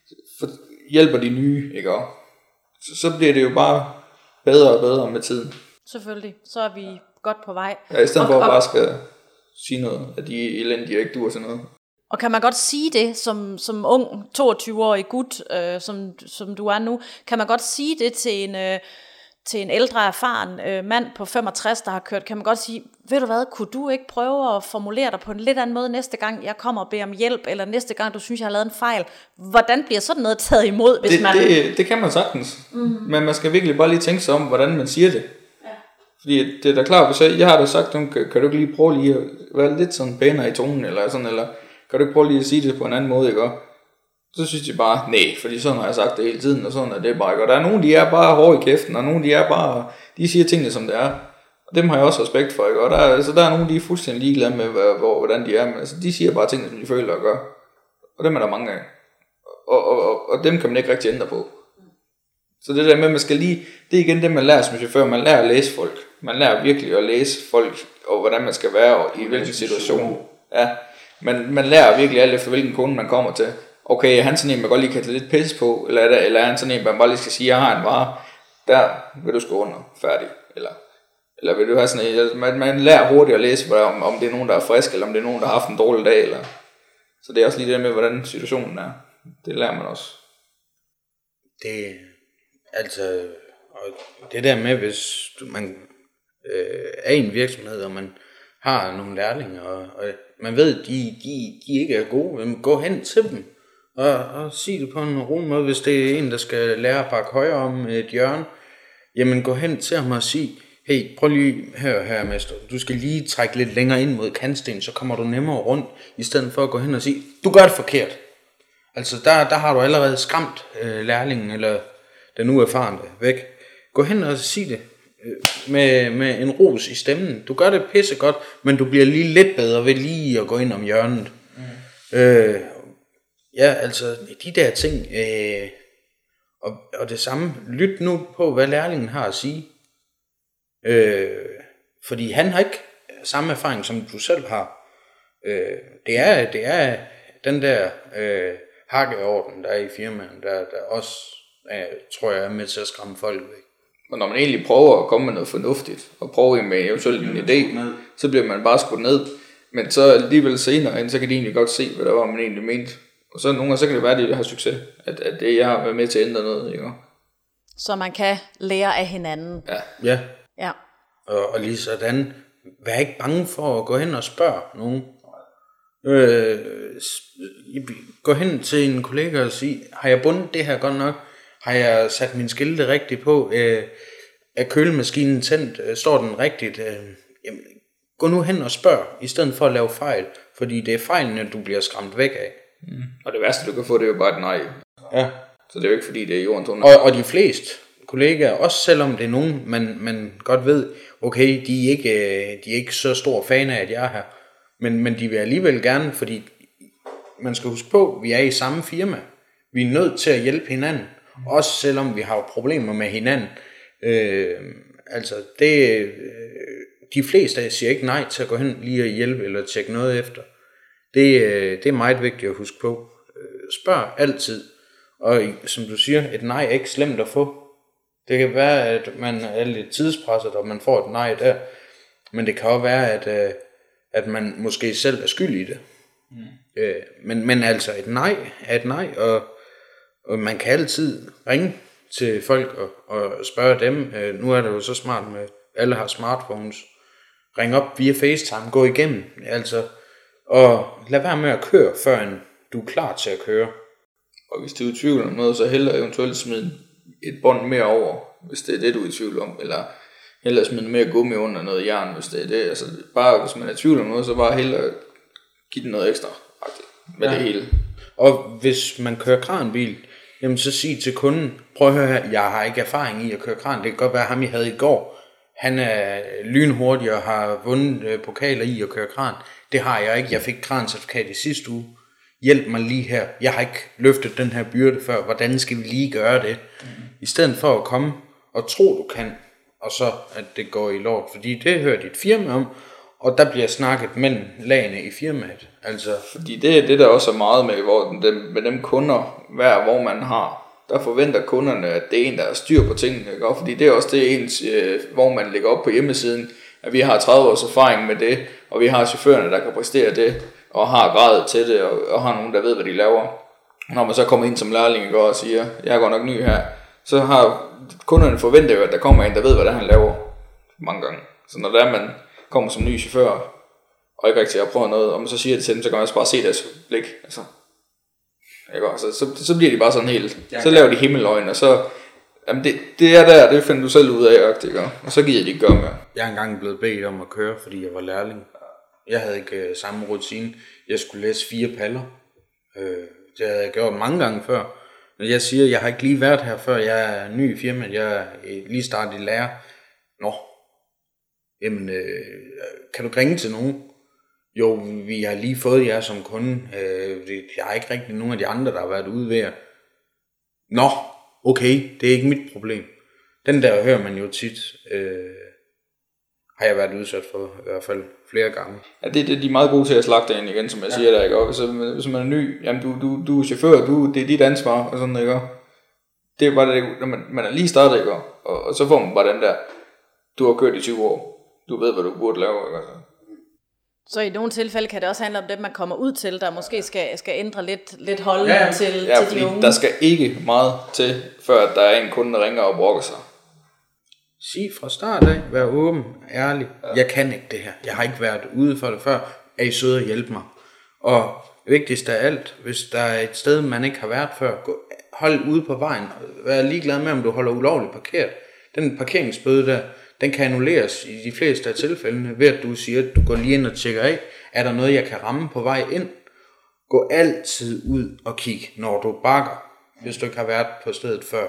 hjælper de nye, ikke? Så, så bliver det jo bare bedre og bedre med tiden. Selvfølgelig, så er vi godt på vej. Ja, i stedet for at bare skal sige noget, at de er elendige og ikke duer til noget. Og kan man godt sige det, som, som ung toogtyve-årig gut, øh, som, som du er nu, kan man godt sige det til en, øh, til en ældre erfaren øh, mand på femogtres, der har kørt, kan man godt sige, ved du hvad, kunne du ikke prøve at formulere dig på en lidt anden måde næste gang, jeg kommer og beder om hjælp, eller næste gang, du synes, jeg har lavet en fejl. Hvordan bliver sådan noget taget imod, hvis det, man... Det, det kan man sagtens, mm-hmm. men man skal virkelig bare lige tænke sig om, hvordan man siger det. Ja. Fordi det er da klart, hvis jeg, jeg har da sagt, kan, kan du ikke lige prøve lige at være lidt sådan pænere i tonen, eller sådan, eller kan du ikke prøve lige at sige det på en anden måde, ikke? Så synes de bare, nej, fordi sådan har jeg sagt det hele tiden, og sådan er det bare ikke. Og der er nogen, de er bare hårde i kæften, og nogen, de er bare, de siger tingene, som det er. Og dem har jeg også respekt for, ikke? Og der er, altså, der er nogen, de er fuldstændig ligeglade med, hvor, hvordan de er. Men altså, de siger bare tingene, som de føler og gør. Og dem er der mange af. Og, og, og, og dem kan man ikke rigtig ændre på. Så det der med, man skal lige, det er igen det, man lærer som chauffør. Man lærer at læse folk. Man lærer virkelig at læse folk, og hvordan man skal være, og i hvilken situation. Ja. Man, man lærer virkelig alt efter, hvilken kunde man kommer til. Okay, er han sådan en, man godt lige kan tage lidt pisse på, eller er, der, eller er han sådan en, man bare lige skal sige, jeg har en vare, der vil du skrive under, færdig, eller, eller vil du have sådan en, man, man lærer hurtigt at læse, om, om det er nogen, der er frisk, eller om det er nogen, der har haft en dårlig dag, eller, så det er også lige det med, hvordan situationen er, det lærer man også. Det, altså, og det der med, hvis man øh, er i en virksomhed, og man har nogle lærlinge, og, og man ved, at de, de, de ikke er gode, men gå hen til dem, Og, og sig det på en rolig måde. Hvis det er en, der skal lære at bakke højre om et hjørne, jamen gå hen til ham og sig, hey, prøv lige her, her mester, du skal lige trække lidt længere ind mod kantsten, så kommer du nemmere rundt, i stedet for at gå hen og sige, du gør det forkert. Altså der, der har du allerede skræmt øh, lærlingen, eller den uerfarne væk. Gå hen og sig det øh, med, med en ros i stemmen. Du gør det pissegodt, men du bliver lige lidt bedre ved lige at gå ind om hjørnet. Mm. Øh, Ja, altså de der ting, øh, og, og det samme, lyt nu på, hvad lærlingen har at sige. Øh, fordi han har ikke samme erfaring, som du selv har. Øh, det, er, det er den der øh, hakkeorden, der er i firmaen, der, der også, øh, tror jeg, er med til at skræmme folk væk. Og når man egentlig prøver at komme med noget fornuftigt, og prøver med eventuelt en idé, så bliver man bare skudt ned. Men så alligevel senere, så kan de egentlig godt se, hvad der var, man egentlig mente. Og så nogle gange, så kan det være, at de har succes. At, at det, jeg har været med til at ændre noget. Ikke? Så man kan lære af hinanden. Ja. Ja. Ja. Og, og lige sådan, vær ikke bange for at gå hen og spørge nogen. Øh, gå hen til en kollega og sige, har jeg bundet det her godt nok? Har jeg sat min skilte rigtigt på? Øh, er kølemaskinen tændt? Står den rigtigt? Øh, jamen, gå nu hen og spørg, i stedet for at lave fejl. Fordi det er fejlene, du bliver skræmt væk af. Mm. Og det værste du kan få, det er jo bare et nej. Ja. Så det er jo ikke fordi det er jordens under. Og, og de fleste kollegaer, også selvom det er nogen man, man godt ved, okay, de er ikke, de er ikke så stor fan af at jeg er her, men, men de vil alligevel gerne, fordi man skal huske på, vi er i samme firma, vi er nødt til at hjælpe hinanden, også selvom vi har problemer med hinanden. øh, altså det øh, de fleste siger ikke nej til at gå hen lige og hjælpe eller tjekke noget efter. Det, det er meget vigtigt at huske på. Spørg altid. Og som du siger, et nej er ikke slemt at få. Det kan være, at man er lidt tidspresset, og man får et nej der. Men det kan også være, at, at man måske selv er skyld i det. Mm. Men, men altså, et nej er et nej, og, og man kan altid ringe til folk og, og spørge dem. Nu er det jo så smart med, alle har smartphones. Ring op via FaceTime, gå igennem. Altså, og lad være med at køre, før du er klar til at køre. Og hvis du er i tvivl om noget, så hellere eventuelt smide et bånd mere over, hvis det er det, du er i tvivl om. Eller hellere smide mere gummi under noget jern, hvis det er det. Altså bare hvis man er i tvivl om noget, så bare hellere give den noget ekstra med ja. Det hele. Og hvis man kører kranbil, jamen så sig til kunden, prøv at høre her, jeg har ikke erfaring i at køre kran. Det kan godt være ham, jeg havde i går. Han er lynhurtig og har vundet pokaler i at køre kran. Det har jeg ikke. Jeg fik krancertifikat i sidste uge. Hjælp mig lige her. Jeg har ikke løftet den her byrde før. Hvordan skal vi lige gøre det? Mm. I stedet for at komme og tro, du kan, og så at det går i lort. Fordi det hører dit firma om, og der bliver snakket mellem lagene i firmaet. Altså, fordi det er det, der også er meget med, hvor dem, med dem kunder, hver hvor man har, der forventer kunderne, at det er en, der er styr på tingene. Ikke? Fordi det er også det ens, øh, hvor man lægger op på hjemmesiden, at vi har tredive års erfaring med det, og vi har chaufførerne, der kan præstere det, og har grad til det, og, og har nogen, der ved, hvad de laver. Når man så kommer ind som lærling og siger, jeg er godt nok ny her, så har kunderne forventet jo, at der kommer en, der ved, hvad det er, han laver mange gange. Så når der er, man kommer som ny chauffør, og ikke rigtig har prøvet noget, og man så siger det til dem, så kan man også bare se deres blik. Altså, ikke? Så, så, så bliver de bare sådan helt, så laver de himmeløgn, og så, jamen det, det er der, det finder du selv ud af, ikke? Og så gider de ikke gøre mere. Jeg er engang blevet bedt om at køre, fordi jeg var lærling. Jeg havde ikke øh, samme rutine. Jeg skulle læse fire paller. Øh, det havde jeg gjort mange gange før. Når jeg siger, jeg har ikke lige været her før, jeg er ny i firmaet, jeg er lige startet i lærer. Nå, jamen, øh, kan du ringe til nogen? Jo, vi har lige fået jer som kunde. Øh, jeg har ikke rigtig nogen af de andre, der har været ude ved jer. Nå, okay, det er ikke mit problem. Den der hører man jo tit, øh, har jeg været udsat for i hvert fald flere gange. Ja, det, det de er meget gode til at slagte ind igen, som jeg ja. siger der, ikke? Og hvis, hvis man er ny, jamen du, du, du er chauffør, du, det er dit ansvar, og sådan, ikke? Det er bare det, når man, man er lige startet, ikke? Og, og så får man bare den der, du har kørt i tyve år, du ved, hvad du burde lave, ikke? Så i nogle tilfælde kan det også handle om det, man kommer ud til, der måske skal, skal ændre lidt, lidt holdning ja, til, ja, til de unge. Der skal ikke meget til, før der er en kunde, der ringer og brokker sig. Sig fra start af, vær åben, ærlig. Ja. Jeg kan ikke det her. Jeg har ikke været ude for det før. Er I søde at hjælpe mig? Og vigtigst af alt, hvis der er et sted, man ikke har været før, gå, hold ude på vejen. Vær ligeglad med, om du holder ulovligt parkeret. Den parkeringsbøde der, den kan annulleres i de fleste af tilfældene, ved at du siger, at du går lige ind og tjekker af, er der noget, jeg kan ramme på vej ind? Gå altid ud og kig, når du bakker, hvis du ikke har været på stedet før.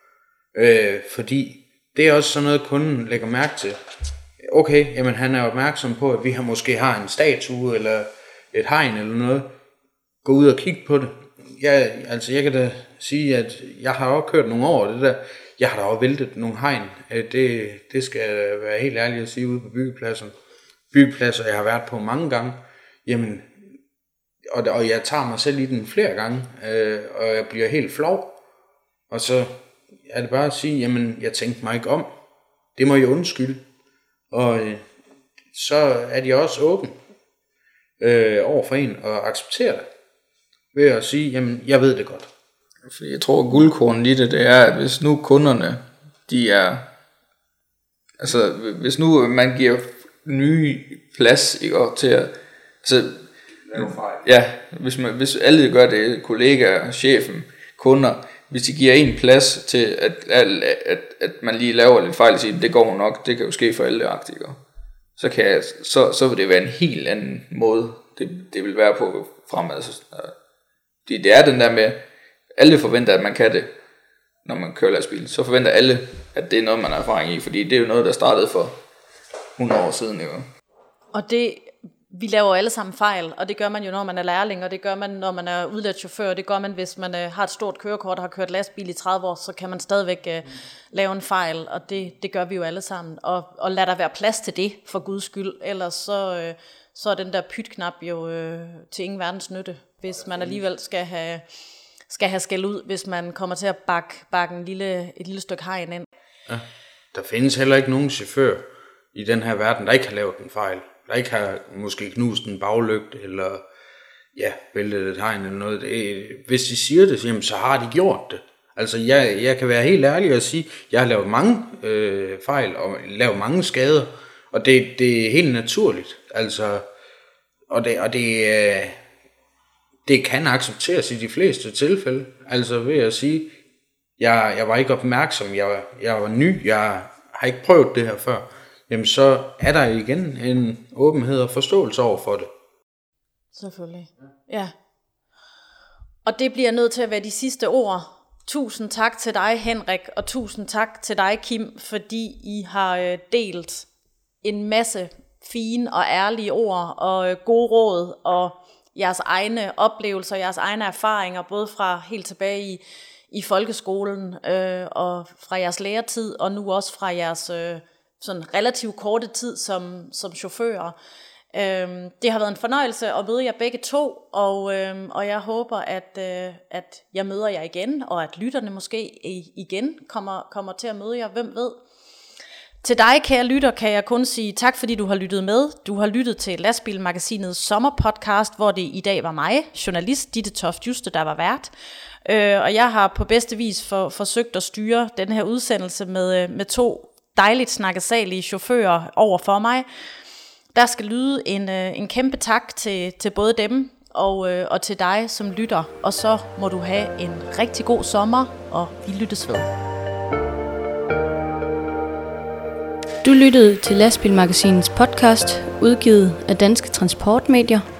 Øh, fordi det er også sådan noget, kunden lægger mærke til. Okay, jamen han er opmærksom på, at vi har måske har en statue, eller et hegn, eller noget. Gå ud og kig på det. Jeg, altså jeg kan da sige, at jeg har også kørt nogle år det der. Jeg har da også væltet nogle hegn. Det, det skal jeg være helt ærlig at sige ude på byggepladsen. Byggepladser, jeg har været på mange gange. Jamen, og, og jeg tager mig selv i den flere gange, øh, og jeg bliver helt flov. Og så er det bare at sige, jamen, jeg tænkte mig ikke om. Det må jeg undskylde. Og øh, så er de også åbne øh, over for en og accepterer det. Ved at sige, jamen, jeg ved det godt. Fordi jeg tror, at guldkornen i det, det er, at hvis nu kunderne, de er, altså hvis nu man giver nye plads, ikke, til at, altså, ja, hvis, man, hvis alle gør det, kollegaer, chefen, kunder, hvis de giver en plads til, at, at, at, at man lige laver lidt fejl og siger, det går nok, det kan jo ske for alle aktikere, så, kan jeg, så, så vil det være en helt anden måde, det, det vil være på fremad. Så, det, det er den der med, alle forventer, at man kan det, når man kører lastbil. Så forventer alle, at det er noget, man har erfaring i, fordi det er jo noget, der startede for hundrede år siden. Ikke? Og det, vi laver alle sammen fejl, og det gør man jo, når man er lærling, og det gør man, når man er udlært chauffør, og det gør man, hvis man øh, har et stort kørekort og har kørt lastbil i tredive år, så kan man stadigvæk øh, lave en fejl, og det, det gør vi jo alle sammen. Og, og lad der være plads til det, for Guds skyld, ellers så, øh, så er den der pytknap jo øh, til ingen verdens nytte, hvis man alligevel skal have... skal have skæld ud, hvis man kommer til at bakke, bakke en lille, et lille stykke hegn ind. Ja. Der findes heller ikke nogen chauffør i den her verden, der ikke har lavet en fejl. Der ikke har måske knust en baglygte, eller ja, væltet et hegn eller noget. Det, hvis de siger det, jamen, så har de gjort det. Altså, jeg, jeg kan være helt ærlig og sige, jeg har lavet mange øh, fejl, og lavet mange skader, og det, det er helt naturligt. Altså, og det, og det øh, Det kan accepteres i de fleste tilfælde. Altså ved at sige, jeg, jeg var ikke opmærksom, jeg, jeg var ny, jeg har ikke prøvet det her før. Jamen så er der igen en åbenhed og forståelse over for det. Selvfølgelig, ja. Og det bliver nødt til at være de sidste ord. Tusind tak til dig, Henrik, og tusind tak til dig, Kim, fordi I har delt en masse fine og ærlige ord og gode råd og jeres egne oplevelser, jeres egne erfaringer, både fra helt tilbage i, i folkeskolen øh, og fra jeres læretid, og nu også fra jeres øh, sådan relativt korte tid som, som chauffører. Øhm, det har været en fornøjelse at møde jer begge to, og, øhm, og jeg håber, at, øh, at jeg møder jer igen, og at lytterne måske igen kommer, kommer til at møde jer, hvem ved. Til dig, kære lytter, kan jeg kun sige tak, fordi du har lyttet med. Du har lyttet til Lastbilmagasinets sommerpodcast, hvor det i dag var mig, journalist Ditte Toft Juste, der var vært. Øh, og jeg har på bedste vis for, forsøgt at styre den her udsendelse med, med to dejligt snakkesalige chauffører over for mig. Der skal lyde en, en kæmpe tak til, til både dem og, og til dig som lytter. Og så må du have en rigtig god sommer, og vi lyttes ved. Du lyttede til Lastbilmagasinets podcast, udgivet af Danske Transportmedier.